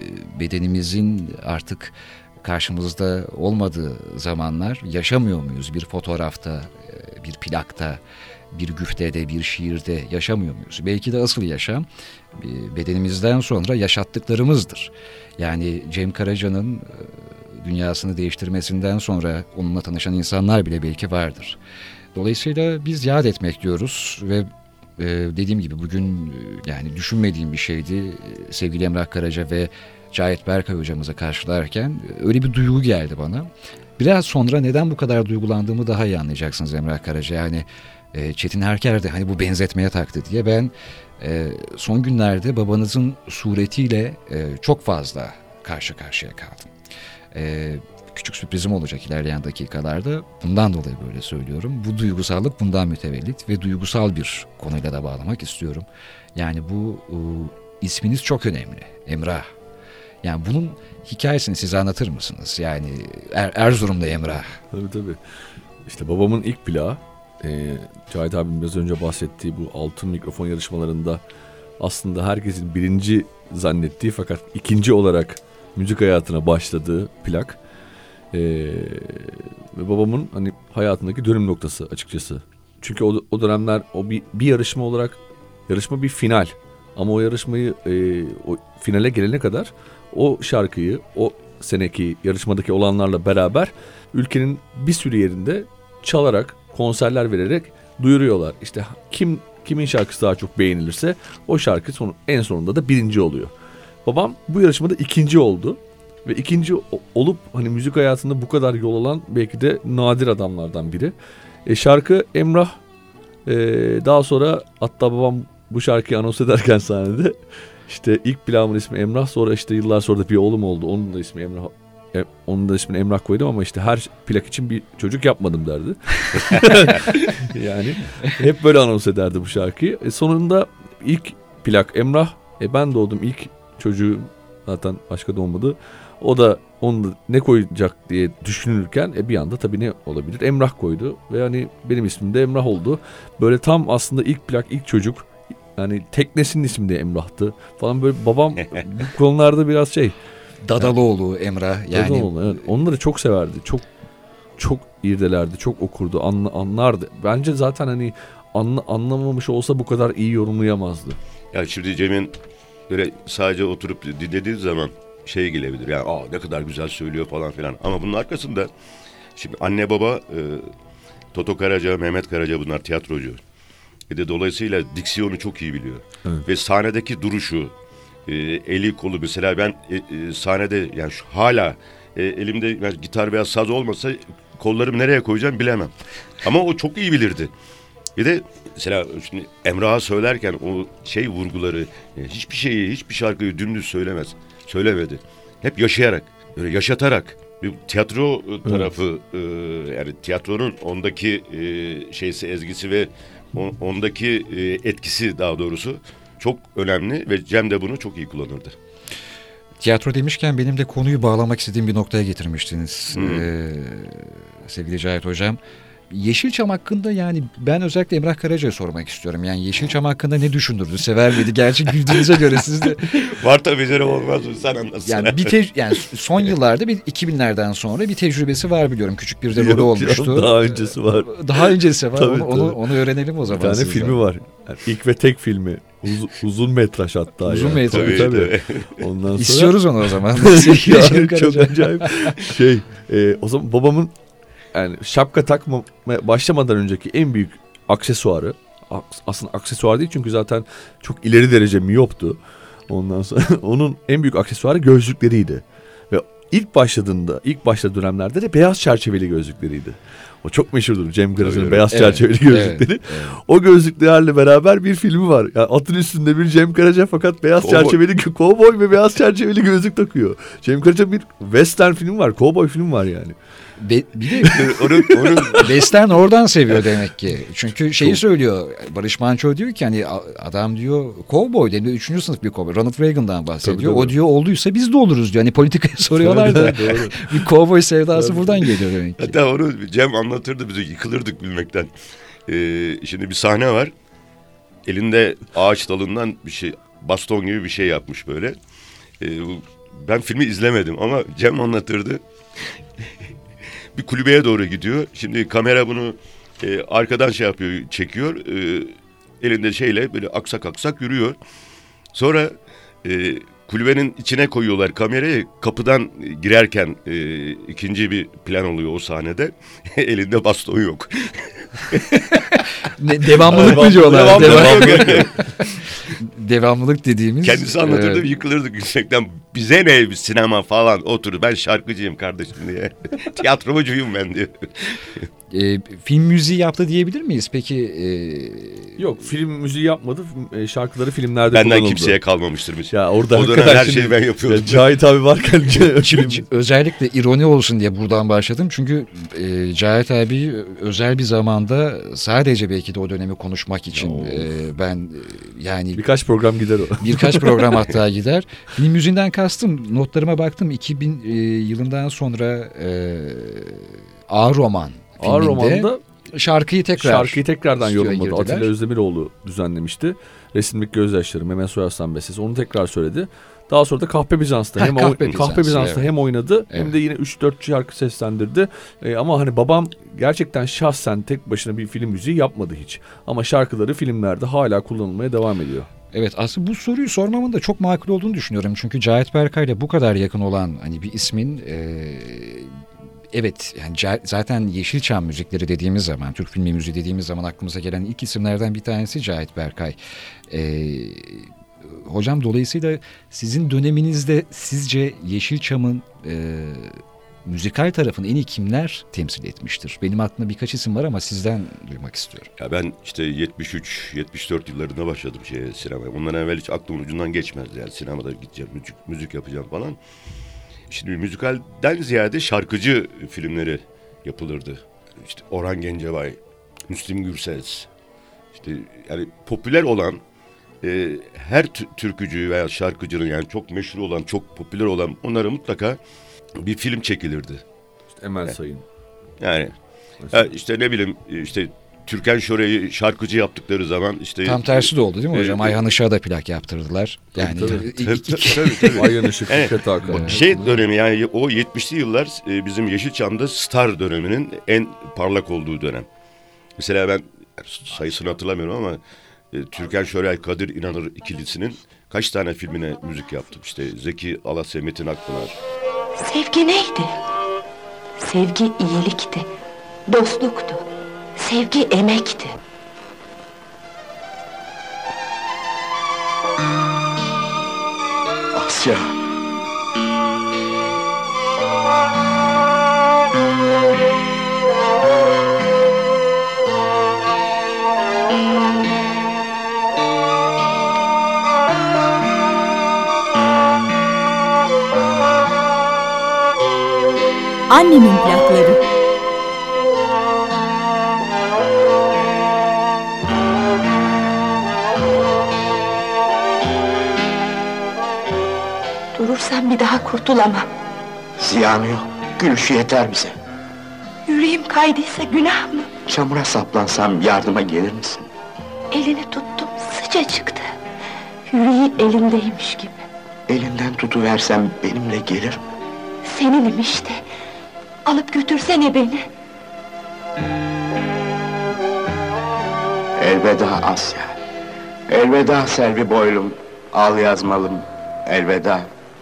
bedenimizin artık karşımızda olmadığı zamanlar yaşamıyor muyuz? Bir fotoğrafta, bir plakta, bir güftede, bir şiirde yaşamıyor muyuz? Belki de asıl yaşam bedenimizden sonra yaşattıklarımızdır. Yani Cem Karaca'nın dünyasını değiştirmesinden sonra onunla tanışan insanlar bile belki vardır. Dolayısıyla biz yad etmek diyoruz ve dediğim gibi bugün yani düşünmediğim bir şeydi. Sevgili Emrah Karaca ve Cahit Berkay hocamıza karşılarken öyle bir duygu geldi bana. Biraz sonra neden bu kadar duygulandığımı daha iyi anlayacaksınız Emrah Karaca. Yani Çetin Erker de hani bu benzetmeye taktı diye ben son günlerde babanızın suretiyle çok fazla karşı karşıya kaldım. Küçük sürprizim olacak ilerleyen dakikalarda. Bundan dolayı böyle söylüyorum. Bu duygusallık bundan mütevellit ve duygusal bir konuyla da bağlamak istiyorum. Yani bu isminiz çok önemli. Emrah. Yani bunun hikayesini size anlatır mısınız? Yani er, Erzurum'da Emrah. Tabii tabii. İşte babamın ilk plağı. E, Cahit abim biraz önce bahsettiği bu altın mikrofon yarışmalarında aslında herkesin birinci zannettiği fakat ikinci olarak müzik hayatına başladığı plak. E, ve babamın hani hayatındaki dönüm noktası açıkçası. Çünkü o, o dönemler o bir, bir yarışma olarak yarışma bir final. Ama o yarışmayı e, o finale gelene kadar o şarkıyı o seneki yarışmadaki olanlarla beraber ülkenin bir sürü yerinde çalarak, konserler vererek duyuruyorlar. İşte kim kimin şarkısı daha çok beğenilirse o şarkı son, en sonunda da birinci oluyor. Babam bu yarışmada ikinci oldu ve ikinci olup hani müzik hayatında bu kadar yol alan belki de nadir adamlardan biri. E, şarkı Emrah e, daha sonra hatta babam bu şarkıyı anons ederken sahnede işte ilk plağımın ismi Emrah, sonra işte yıllar sonra da bir oğlum oldu. Onun da ismi Emrah. E, onun da ismini Emrah koydum ama işte her plak için bir çocuk yapmadım derdi. Yani hep böyle anons ederdi bu şarkıyı. E, sonunda ilk plak Emrah. E, ben doğdum, ilk çocuğu zaten başka doğmadı. O da onu da ne koyacak diye düşünürken e, bir anda tabii ne olabilir? Emrah koydu ve hani benim ismim de Emrah oldu. Böyle tam aslında ilk plak, ilk çocuk. Yani teknesinin ismi de Emrah'tı falan, böyle babam bu konularda biraz şey. Dadaloğlu Emrah yani. Dadaloğlu, evet. Onları çok severdi. Çok çok irdelerdi, çok okurdu, anla, anlardı. Bence zaten hani anla, anlamamış olsa bu kadar iyi yorumlayamazdı. Ya şimdi Cem'in böyle sadece oturup dinlediği zaman şey gelebilir. Yani aa ne kadar güzel söylüyor falan filan. Ama bunun arkasında şimdi anne baba e, Toto Karaca, Mehmet Karaca, bunlar tiyatrocu. Bir de dolayısıyla diksiyonu çok iyi biliyor. Evet. Ve sahnedeki duruşu, e, eli kolu, mesela ben e, e, sahnede yani şu, hala e, elimde yani gitar veya saz olmasa kollarımı nereye koyacağım bilemem. Ama o çok iyi bilirdi. Bir de mesela şimdi Emrah'a söylerken o şey vurguları, e, hiçbir şeyi, hiçbir şarkıyı dümdüz söylemez. Söylemedi. Hep yaşayarak, böyle yaşatarak. Bir tiyatro tarafı, evet. e, yani tiyatronun ondaki e, şeysi, ezgisi ve on, ondaki e, etkisi daha doğrusu çok önemli ve Cem de bunu çok iyi kullanırdı. Tiyatro demişken benim de konuyu bağlamak istediğim bir noktaya getirmiştiniz ee, sevgili Cahit Hocam. Yeşilçam hakkında yani ben özellikle Emrah Karaca'ya sormak istiyorum. Yani Yeşilçam hakkında ne düşünürdü? Sever miydi? Gerçi güldüğünüze göre siz de. Var tabii canım, olmaz mı? Sen anlatsın. Yani, bir te- yani son yıllarda bir iki binlerden sonra bir tecrübesi var biliyorum. Küçük bir de rolü olmuştu. Yok, daha öncesi var. Daha öncesi var. Tabii, onu, tabii. onu, onu öğrenelim o zaman. Bir tane sizden. filmi var. Yani ilk ve tek filmi. Uz, uzun metraj hatta. Uzun yani. metraj. Tabii, tabii. Ondan sonra... İstiyoruz onu o zaman. Ya, çok acayip. Şey, e, o zaman babamın yani şapka takmaya başlamadan önceki en büyük aksesuarı, aslında aksesuar değil çünkü zaten çok ileri derece miyoptu. Ondan sonra onun en büyük aksesuarı gözlükleriydi. Ve ilk başladığında, ilk başladığı dönemlerde de beyaz çerçeveli gözlükleriydi. O çok meşhurdur, Cem Karaca'nın beyaz evet, çerçeveli gözlükleri. Evet, evet. O gözlüklerle beraber bir filmi var. Yani atın üstünde bir Cem Karaca fakat beyaz Cowboy. çerçeveli kovboy ve beyaz çerçeveli gözlük takıyor. Cem Karaca bir western film var, kovboy film var yani. Be, bir de onun, onun western oradan seviyor demek ki. Çünkü şeyi söylüyor, Barış Manço diyor ki hani adam diyor kovboy deniyor, üçüncü sınıf bir kovboy. Ronald Reagan'dan bahsediyor. Tabii, tabii. O diyor olduysa biz de oluruz diyor. Hani politikaya soruyorlar da bir kovboy sevdası tabii. buradan geliyor demek ki. Hatta onu Cem anlatırdı bize, yıkılırdık bilmekten. Ee, şimdi bir sahne var. Elinde ağaç dalından bir şey, baston gibi bir şey yapmış böyle. Ee, ben filmi izlemedim ama Cem anlatırdı. Bir kulübeye doğru gidiyor. Şimdi kamera bunu e, arkadan şey yapıyor, çekiyor. E, elinde şeyle böyle aksak aksak yürüyor. Sonra e, kulübenin içine koyuyorlar kamerayı. Kapıdan girerken e, ikinci bir plan oluyor o sahnede. Elinde baston yok. ne, devamlılık mı diyorlar? Devamlılık, devamlılık yok. Devamlılık dediğimiz. Kendisi anlatırdı, e... yıkılırdık yüksekten. Bize ne sinema falan, otur ben şarkıcıyım kardeşim diye. Tiyatromacıyım ben diyor. E, film müziği yaptı diyebilir miyiz? Peki e... yok, film müziği yapmadı. E, şarkıları filmlerde benden kullanıldı. Benden kimseye kalmamıştır. Ya orada o dönem her şeyi ben yapıyordum. Cahit abi varken şimdi özellikle ironi olsun diye buradan başladım. Çünkü e, Cahit abi özel bir zamanda sadece belki de o dönemi konuşmak için e, ben e, yani birkaç program gider o. Birkaç program hatta gider. Film müziğinden kastım, notlarıma baktım, iki bin e, yılından sonra e, A Roman A Roman'da şarkıyı tekrar şarkıyı tekrardan yorumladı. Atilla Özdemiroğlu düzenlemişti. Resimlik Gözyaşları, Mehmet Soyaslan bestesi. Onu tekrar söyledi. Daha sonra da Kahpe Bizans'ta hem Kahpe, o, Kahpe Bizans'ta evet. hem oynadı evet. hem de yine üç dört şarkı seslendirdi. Ee, ama hani babam gerçekten şahsen tek başına bir film müziği yapmadı hiç. Ama şarkıları filmlerde hala kullanılmaya devam ediyor. Evet, aslında bu soruyu sormamın da çok makul olduğunu düşünüyorum. Çünkü Cahit Berkay'la bu kadar yakın olan hani bir ismin e, evet yani zaten Yeşilçam müzikleri dediğimiz zaman, Türk filmi müziği dediğimiz zaman aklımıza gelen ilk isimlerden bir tanesi Cahit Berkay. E, hocam dolayısıyla sizin döneminizde sizce Yeşilçam'ın e, müzikal tarafını en iyi kimler temsil etmiştir? Benim aklımda birkaç isim var ama sizden duymak istiyorum. Ya ben işte yetmiş üç yetmiş dört yıllarında başladım şeye, sinemaya. Ondan evvel hiç aklımın ucundan geçmezdi yani sinemada gideceğim, müzik, müzik yapacağım falan. Şimdi müzikalden ziyade şarkıcı filmleri yapılırdı. İşte Orhan Gencebay, Müslüm Gürses, işte yani popüler olan e, her t- türkücü veya şarkıcının, yani çok meşhur olan, çok popüler olan, onlara mutlaka bir film çekilirdi. İşte Emel yani, Sayın. Yani ya işte ne bileyim, işte Türkan Şoray'ı şarkıcı yaptıkları zaman işte... Tam tersi de oldu değil mi hocam? E, Ayhan Işık'a da plak yaptırdılar. Yani tabii, tabii, tabii, tabii. Ayhan Işık, Fikret Hakan. Şey dönemi, yani o yetmişli yıllar bizim Yeşilçam'da star döneminin en parlak olduğu dönem. Mesela ben sayısını hatırlamıyorum ama e, Türkan Şoray, Kadir İnanır ikilisinin kaç tane filmine müzik yaptım. İşte Zeki Alasya, Metin Akpınar. Sevgi neydi? Sevgi iyilikti, dostluktu. Sevgi emekti. Asya. Annemin plakları. Durursam bir daha kurtulamam. Ziyanı yok. Gülüşü yeter bize. Yüreğim kaydıysa günah mı? Çamura saplansam yardıma gelir misin? Elini tuttum, sıcacıktı. Yüreği elindeymiş gibi. Elinden tutuversem benimle gelir mi? Seninim işte. Alıp götürsene beni. Elveda Asya. Elveda Selvi boylum, al yazmalım. Elveda.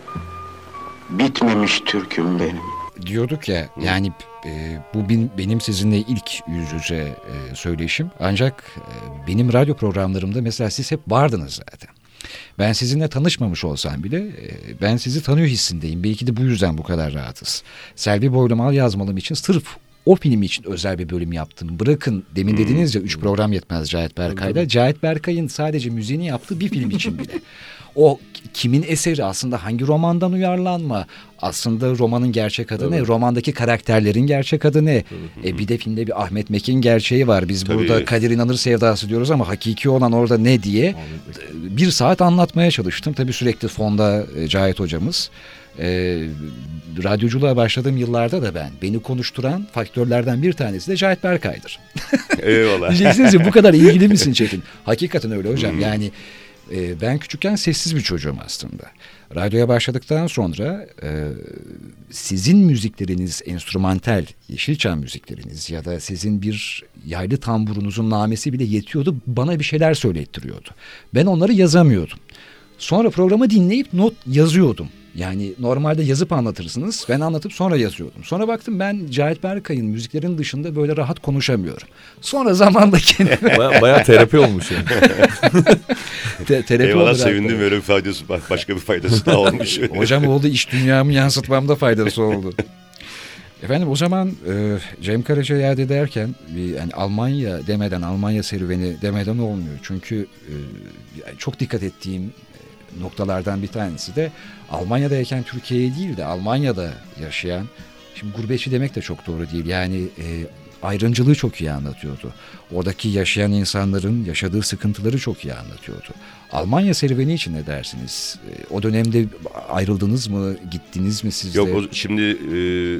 Bitmemiş türküm benim. Diyorduk ya, yani e, bu bin, benim sizinle ilk yüz yüze e, söyleşim. Ancak e, benim radyo programlarımda mesela siz hep vardınız zaten. Ben sizinle tanışmamış olsam bile e, ben sizi tanıyor hissindeyim. Belki de bu yüzden bu kadar rahatız. Selvi Boylum Al Yazmalım için sırf o film için özel bir bölüm yaptım. Bırakın demin hmm. dediniz ya üç program yetmez Cahit Berkay'da. Cahit Berkay'ın sadece müziğini yaptığı bir film için bile. O kimin eseri, aslında hangi romandan uyarlanma, aslında romanın gerçek adı evet. ne, romandaki karakterlerin gerçek adı ne, e bir de filmde bir Ahmet Mekin gerçeği var, biz Tabii. burada Kadir İnanır sevdası diyoruz ama hakiki olan orada ne diye bir saat anlatmaya çalıştım. Tabii sürekli fonda e, Cahit hocamız. E, radyoculuğa başladığım yıllarda da ben beni konuşturan faktörlerden bir tanesi de Cahit Berkay'dır. Eyvallah. Diyeceksiniz ya, bu kadar ilgili misin Çetin? Hakikaten öyle hocam. Yani e, ben küçükken sessiz bir çocuğum aslında. Radyoya başladıktan sonra e, sizin müzikleriniz, enstrümantal Yeşilçam müzikleriniz ya da sizin bir yaylı tamburunuzun namesi bile yetiyordu. Bana bir şeyler söylettiriyordu. Ben onları yazamıyordum. Sonra programı dinleyip not yazıyordum. Yani normalde yazıp anlatırsınız. Ben anlatıp sonra yazıyordum. Sonra baktım ben Cahit Berkay'ın müziklerinin dışında böyle rahat konuşamıyorum. Sonra zamanla kendime... Baya, bayağı terapi olmuş yani. Te- terapi Eyvallah sevindim, böyle bir faydası, başka bir faydası daha olmuş. Hocam oldu, iş dünyamı yansıtmamda faydası oldu. Efendim o zaman e, Cem Karaca yad ederken yani Almanya demeden, Almanya serüveni demeden olmuyor. Çünkü e, çok dikkat ettiğim noktalardan bir tanesi de Almanya'dayken Türkiye'ye değil de Almanya'da yaşayan, şimdi gurbetçi demek de çok doğru değil, yani e, ayrımcılığı çok iyi anlatıyordu. Oradaki yaşayan insanların yaşadığı sıkıntıları çok iyi anlatıyordu. Almanya serüveni için ne dersiniz? E, o dönemde ayrıldınız mı, gittiniz mi siz de? Yok, o, şimdi e,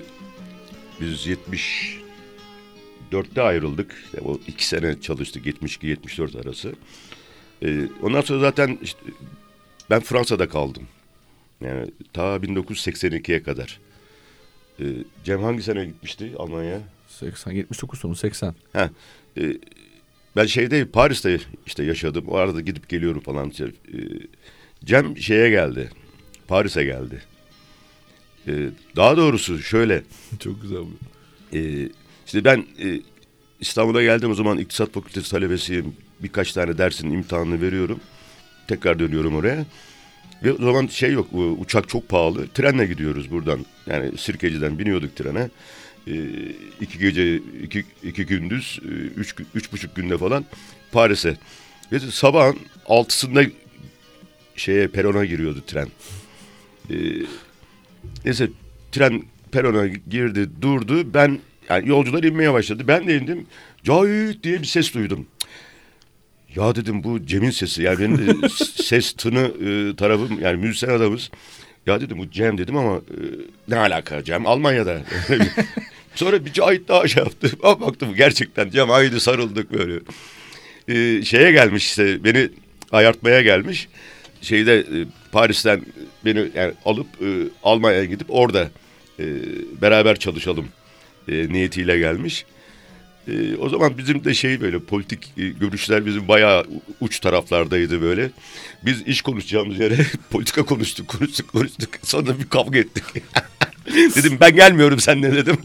biz yetmiş dörtte ayrıldık. O iki sene çalıştık, yetmiş iki yetmiş dört arası. E, ondan sonra zaten işte ben Fransa'da kaldım. Yani ta bin dokuz yüz seksen ikiye kadar. Ee, Cem hangi sene gitmişti Almanya'ya? seksen, yetmiş dokuz sonu seksen. Ha, e, ben şeyde Paris'te işte yaşadım. O arada gidip geliyorum falan. E, Cem şeye geldi. Paris'e geldi. E, daha doğrusu şöyle. Çok güzel bu. E, işte ben e, İstanbul'a geldiğim o zaman İktisat Fakültesi talebesiyim. Birkaç tane dersin imtihanını veriyorum. Tekrar dönüyorum oraya. Ve o zaman şey yok, uçak çok pahalı. Trenle gidiyoruz buradan. Yani Sirkeci'den biniyorduk trene. Ee, iki gece, iki, iki gündüz, üç, üç buçuk günde falan Paris'e. Ve sabahın altısında şeye perona giriyordu tren. Ee, neyse tren perona girdi, durdu. Ben yani yolcular inmeye başladı. Ben de indim. Cahit diye bir ses duydum. Ya dedim bu Cem'in sesi. Yani benim de ses tını e, tarafım yani müzisyen adamız. Ya dedim bu Cem dedim ama e, ne alaka Cem Almanya'da. Sonra bir Cahit daha şey yaptı. Baktım gerçekten Cem haydi sarıldık böyle. Ee, şeye gelmiş işte beni ayartmaya gelmiş. Şeyde e, Paris'ten beni yani alıp e, Almanya'ya gidip orada e, beraber çalışalım e, niyetiyle gelmiş. E, o zaman bizim de şey böyle politik e, görüşler bizim bayağı uç taraflardaydı böyle. Biz iş konuşacağımız yere politika konuştuk konuştuk konuştuk. Sonra bir kavga ettik. Dedim ben gelmiyorum seninle dedim.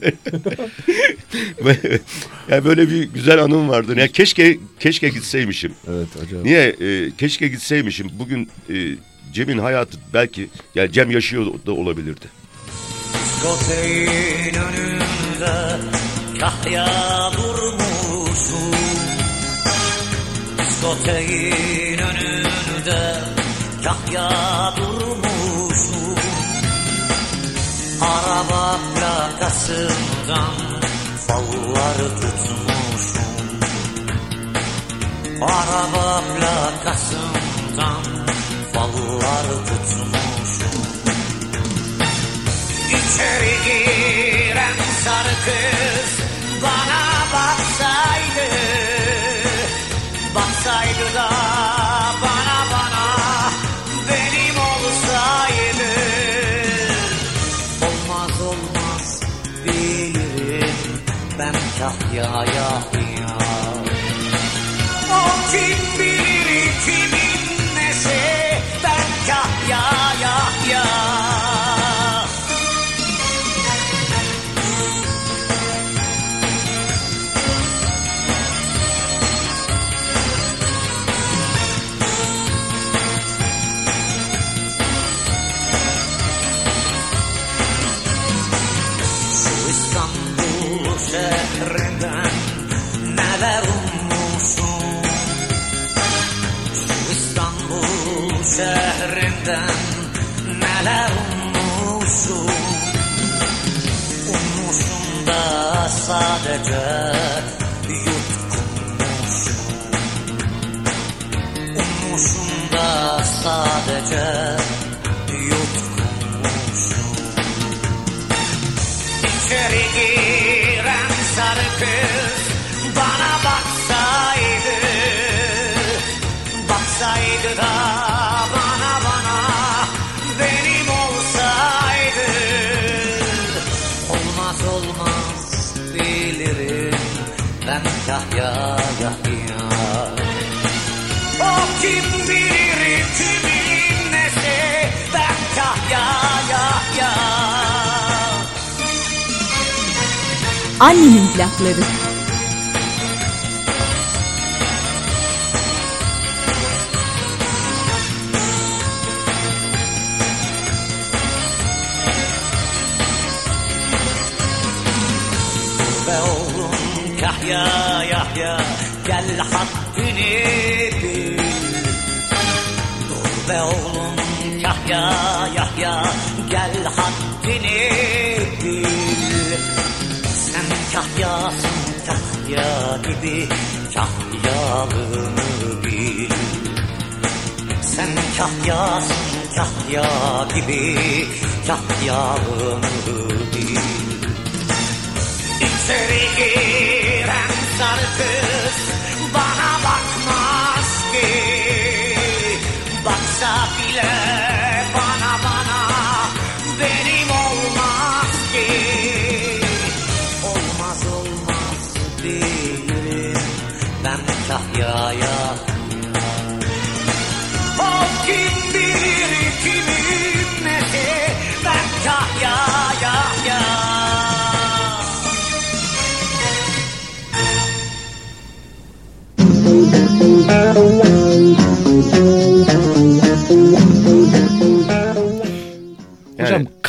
Yani böyle bir güzel anım vardı. Ya keşke keşke gitseymişim. Evet acayip. Niye? E, keşke gitseymişim. Bugün e, Cem'in hayatı belki yani Cem yaşıyor da olabilirdi. Diskoteğin önünde kahya durmuşum. Diskoteğin önünde kahya durmuşum. Araba plakasından falları tutmuşum. Araba plakasından falları tutmuşum. İçeri giren sarı kız bana baksaydı, baksaydı da bana bana benim olsaydı. Olmaz olmaz bilirim ben kahyaya ya. O kim bilir kimin nesi ben kahyaya ya. Şehrinden neler ummuşum. Şu İstanbul şehrinden neler ummuşum. Ummuşum da sadece yutkunmuşum. Ummuşum da sadece yutkunmuşum. İçeri giren sarı kız bana baksaydı, baksaydı da bana bana benim olsaydı. Olmaz olmaz bilirim ben kahyaya ya. O kim bilir kimin nesi ben kahyaya ya. Annemin plakları. Be oğlum Yahya Yahya gel haddini bil. Dur be oğlum Yahya Yahya gel haddini bil. Sen kahyasın kahya gibi kahyalığını bil. Sen kahyasın kahya gibi kahyalığını bil. İçeri giren sarı kız bana bakmaz ki. Baksa bile bana bana benim olmaz ki. Olmaz olmaz değilim ben kahyaya. O kim bilir kimin nesi ben kahyaya ya. Thank you.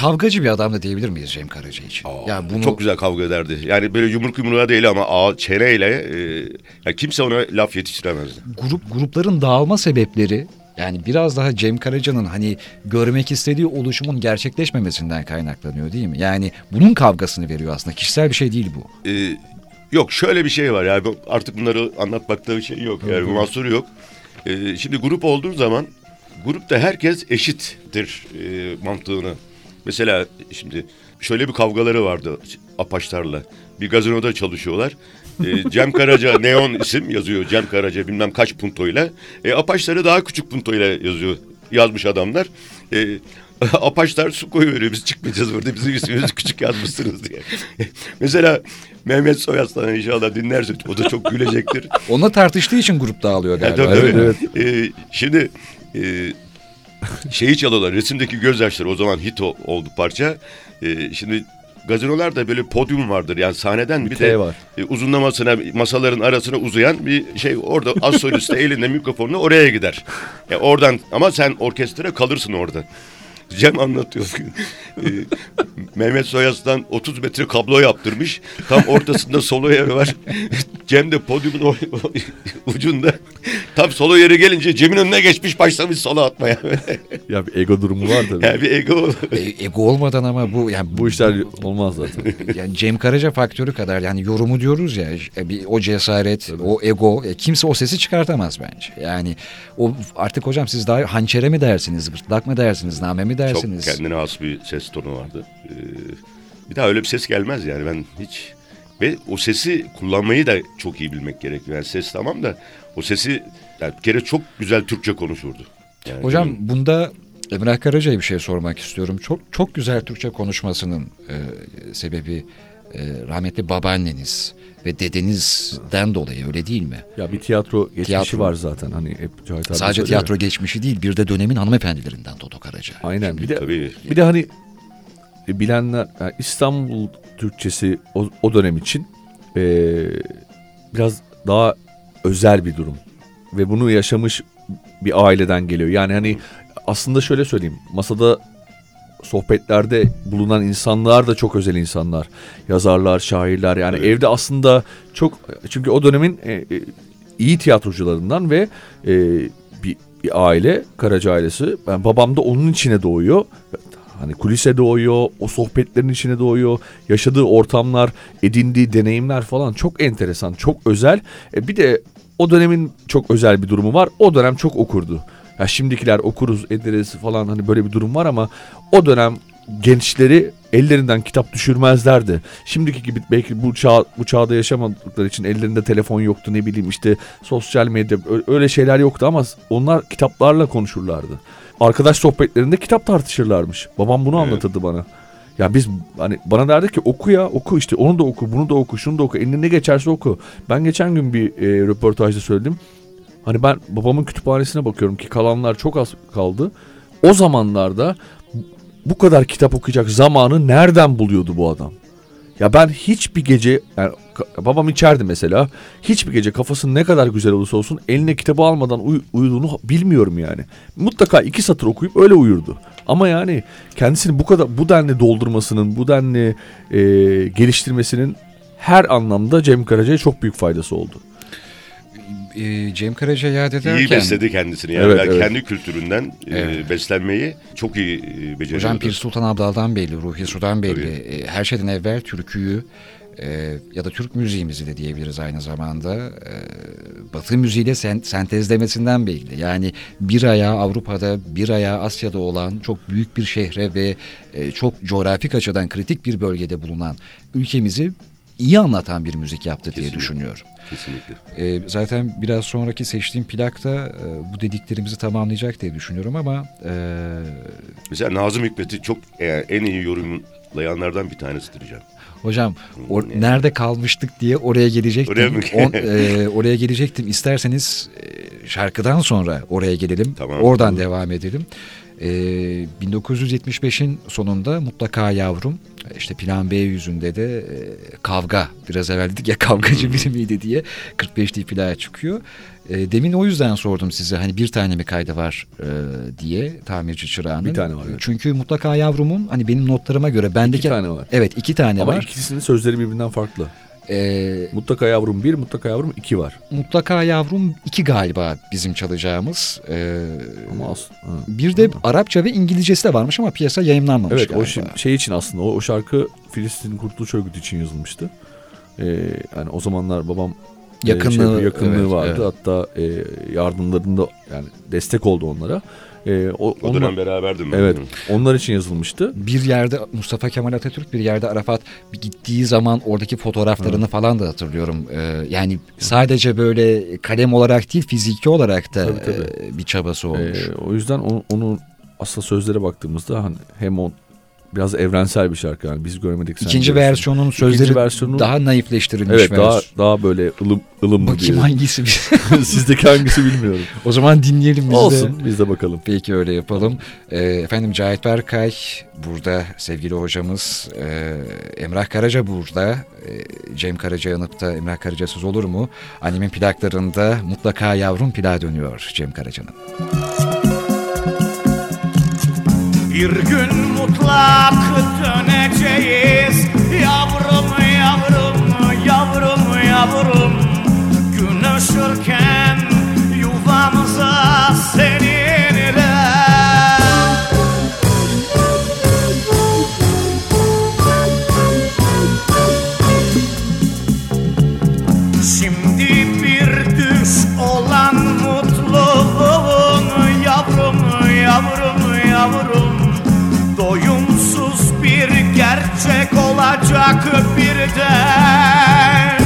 kavgacı bir adam da diyebilir miyiz Cem Karaca için? Aa, ya bunu... Çok güzel kavga ederdi. Yani böyle yumruk yumruğa değil ama ağ, çeneyle e, yani kimse ona laf yetiştiremezdi. Grup grupların dağılma sebepleri yani biraz daha Cem Karaca'nın hani görmek istediği oluşumun gerçekleşmemesinden kaynaklanıyor değil mi? Yani bunun kavgasını veriyor aslında. Kişisel bir şey değil bu. Ee, yok şöyle bir şey var yani artık bunları anlatmakta bir şey yok. Yani bir mahsuru yok. Ee, şimdi grup olduğu zaman grupta herkes eşittir e, mantığını. Mesela şimdi şöyle bir kavgaları vardı Apaçlarla. Bir gazinoda çalışıyorlar. E, Cem Karaca neon isim yazıyor. Cem Karaca bilmem kaç puntoyla. E, Apaçları daha küçük puntoyla yazıyor. Yazmış adamlar. E, Apaçlar su koyuveriyor. Biz çıkmayacağız burada. Bizim ismimizi küçük yazmışsınız diye. Mesela Mehmet Soyaslan inşallah dinlerse o da çok gülecektir. Onunla tartıştığı için grup dağılıyor galiba. Ya, tabii, evet, tabii. Evet. E, şimdi e, şeyi çalıyorlar. Resimdeki gözyaşları o zaman hit o, oldu parça. E, şimdi gazinolarda böyle podyum vardır. Yani sahneden bir, bir de var. E, uzunlamasına masaların arasına uzayan bir şey orada az soliste elinde mikrofonla oraya gider. E, oradan ama sen orkestra kalırsın orada. Cem anlatıyor. e, Mehmet Soyaslan otuz metre kablo yaptırmış. Tam ortasında solo yeri var. Cem de podyumun o, o, ucunda. Tam solo yeri gelince Cem'in önüne geçmiş başlamış solo atmaya. Ya bir ego durumu var tabii. Ya bir ego. E, ego olmadan ama bu yani bu işler olmaz zaten. Yani Cem Karaca faktörü kadar yani yorumu diyoruz ya e, bir, o cesaret, tabii. O ego e, kimse o sesi çıkartamaz bence. Yani o artık hocam siz daha hançere mi dersiniz, gırtlak mı dersiniz, name mi dersiniz? Çok kendine has bir ses tonu vardı. Ee, bir daha öyle bir ses gelmez yani ben hiç ve o sesi kullanmayı da çok iyi bilmek gerekiyor. Yani ses tamam da o sesi yani bir kere çok güzel Türkçe konuşurdu. Yani hocam benim... bunda Emrah Karaca'ya bir şey sormak istiyorum. Çok çok güzel Türkçe konuşmasının e, sebebi e, rahmetli babaanneniz ve dedenizden dolayı öyle değil mi? Ya bir tiyatro geçmişi tiyatro. var zaten. Hani hep Cahit abi sadece tiyatro geçmişi değil, bir de dönemin hanımefendilerinden Dodo Karaca. Aynen. Şimdi, bir de tabii. bir de hani bilenler yani İstanbul Türkçesi o, o dönem için e, biraz daha özel bir durum ve bunu yaşamış bir aileden geliyor. Yani hani aslında şöyle söyleyeyim, masada sohbetlerde bulunan insanlar da çok özel insanlar. Yazarlar, şairler yani evet. Evde aslında çok çünkü o dönemin e, e, iyi tiyatrocularından ve e, bir, bir aile, Karaca ailesi. Yani babam da onun içine doğuyor. Hani kulise doğuyor, o sohbetlerin içine doğuyor. Yaşadığı ortamlar, edindiği deneyimler falan çok enteresan, çok özel. E, bir de o dönemin çok özel bir durumu var. O dönem çok okurdu. Ya şimdikiler okuruz, ederiz falan hani böyle bir durum var ama o dönem gençleri ellerinden kitap düşürmezlerdi. Şimdiki gibi belki bu çağ, bu çağda yaşamadıkları için ellerinde telefon yoktu, ne bileyim işte sosyal medya öyle şeyler yoktu ama onlar kitaplarla konuşurlardı. Arkadaş sohbetlerinde kitap tartışırlarmış. Babam bunu evet. anlatırdı bana. Ya biz hani bana derdi ki oku ya oku işte onu da oku, bunu da oku, şunu da oku, eline ne geçerse oku. Ben geçen gün bir e, röportajda söyledim. Hani ben babamın kütüphanesine bakıyorum ki kalanlar çok az kaldı. O zamanlarda bu kadar kitap okuyacak zamanı nereden buluyordu bu adam? Ya ben hiçbir gece, yani babam içerdi mesela, hiçbir gece kafasının ne kadar güzel olursa olsun eline kitabı almadan uy- uyuduğunu bilmiyorum yani. Mutlaka iki satır okuyup öyle uyurdu. Ama yani kendisini bu kadar bu denli doldurmasının, bu denli e, geliştirmesinin her anlamda Cem Karaca'ya çok büyük faydası oldu. Cem Karaca yad ederken... İyi besledi kendisini. Yani evet, evet. Kendi kültüründen evet. e, beslenmeyi çok iyi e, beceriyordu. Hocam Pir Sultan Abdal'dan belli, Ruhi Su'dan belli. E, her şeyden evvel türküyü e, ya da Türk müziğimizi de diyebiliriz aynı zamanda. E, Batı müziğiyle sen, sentezlemesinden belli. Yani bir ayağı Avrupa'da, bir ayağı Asya'da olan çok büyük bir şehre ve e, çok coğrafik açıdan kritik bir bölgede bulunan ülkemizi iyi anlatan bir müzik yaptı diye Kesinlikle. düşünüyorum. Kesinlikle. Ee, zaten biraz sonraki seçtiğim plakta e, bu dediklerimizi tamamlayacak diye düşünüyorum ama... E... Mesela Nazım Hikmet'i çok e, en iyi yorumlayanlardan bir tanesidir Can. Hocam or, yani. nerede kalmıştık diye oraya gelecektim. Oraya, mı? On, e, oraya gelecektim. İsterseniz e, şarkıdan sonra oraya gelelim. Tamam. Oradan Olur. devam edelim. Ee, bin dokuz yüz yetmiş beşin sonunda Mutlaka Yavrum, işte Plan B yüzünde de e, Kavga, biraz evvel dedik ya kavgacı biri miydi diye kırk beşli plağa çıkıyor. E, demin o yüzden sordum size, hani bir tane mi kaydı var e, diye Tamirci Çırağı'nın. Bir tane var. Evet. Çünkü Mutlaka Yavrum'un hani benim notlarıma göre bendeki... İki tane var. Evet, iki tane Ama var. Ama ikisinin sözleri birbirinden farklı. Ee, Mutlaka Yavrum bir, Mutlaka Yavrum iki var. Mutlaka Yavrum iki galiba bizim çalacağımız. Ee, ama aslında, bir de Arapça ve İngilizcesi de varmış ama piyasa yayımlanmamış evet, galiba. Evet, o şey için aslında o, o şarkı Filistin Kurtuluş Örgütü için yazılmıştı. Ee, yani o zamanlar babam yakınlığı, e, şey, yakınlığı evet, vardı. Evet. Hatta e, yardımlarında yani destek oldu onlara. Ee, o, o dönem onlar, beraberdim ben. Evet, onlar için yazılmıştı. Bir yerde Mustafa Kemal Atatürk, bir yerde Arafat gittiği zaman oradaki fotoğraflarını Hı. falan da hatırlıyorum. Ee, yani sadece böyle kalem olarak değil, fiziki olarak da tabii, tabii. E, bir çabası olmuş. Ee, o yüzden onu, onu aslında sözlere baktığımızda hani hem o biraz evrensel bir şarkı, yani biz görmedik. İkinci versiyonun sözleri versiyonu, daha naifleştirilmiş. Evet, daha daha böyle ılım ılım. Bakayım hangisi? Sizdeki hangisi bilmiyorum. O zaman dinleyelim biz de. Olsun, biz de bakalım. Peki, öyle yapalım. Ee, efendim Cahit Berkay burada, sevgili hocamız e, Emrah Karaca burada. E, Cem Karacayanık'ta Emrah Karacasız olur mu? Annemin plaklarında Mutlaka Yavrum plağı dönüyor Cem Karaca'nın. Bir gün mutlak döneceğiz, yavrum yavrum yavrum yavrum, gün ışırken yuvamıza seninle. Şimdi bir düş olan mutluluğun, yavrum yavrum yavrum, doyumsuz bir gerçek olacak birden.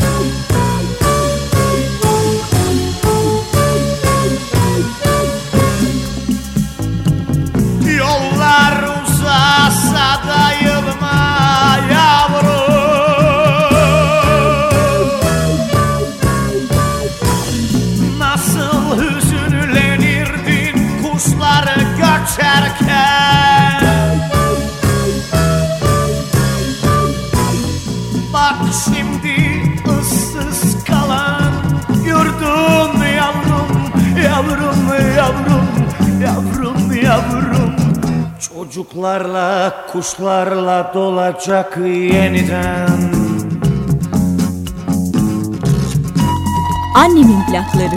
Yollar uzasa da yılma yavrum, nasıl hüzünlenirdin kuşlar göçerken. Bak şimdi ıssız kalan yurdun, yavrum yavrum yavrum yavrum yavrum, çocuklarla kuşlarla dolacak yeniden. Annemin plakları.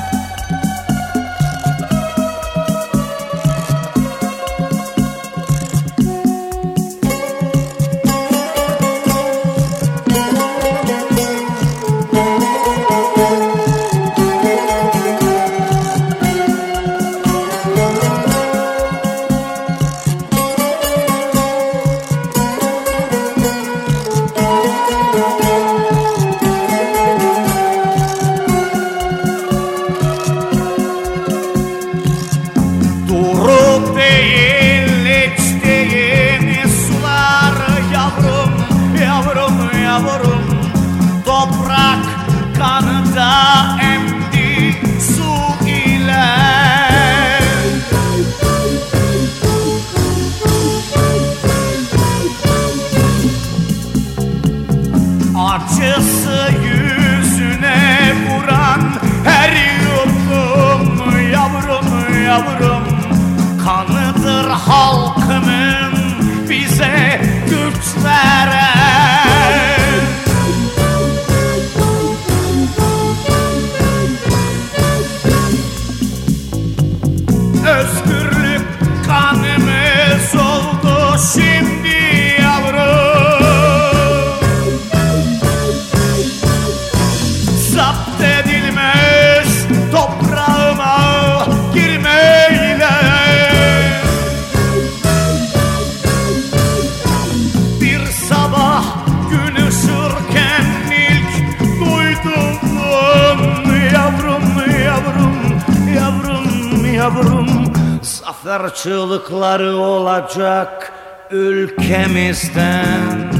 Acısı yüzüne vuran her yurdum, yavrum yavrum, kanıdır halkımın bize güç veren. Özgürlük kanımız oldu şimdi yavrum. Zapt edilmez toprağıma girmeyle. Bir sabah gün ışırken ilk duydum, yavrum yavrum yavrum yavrum, zafer çığlıkları olacak ülkemizden.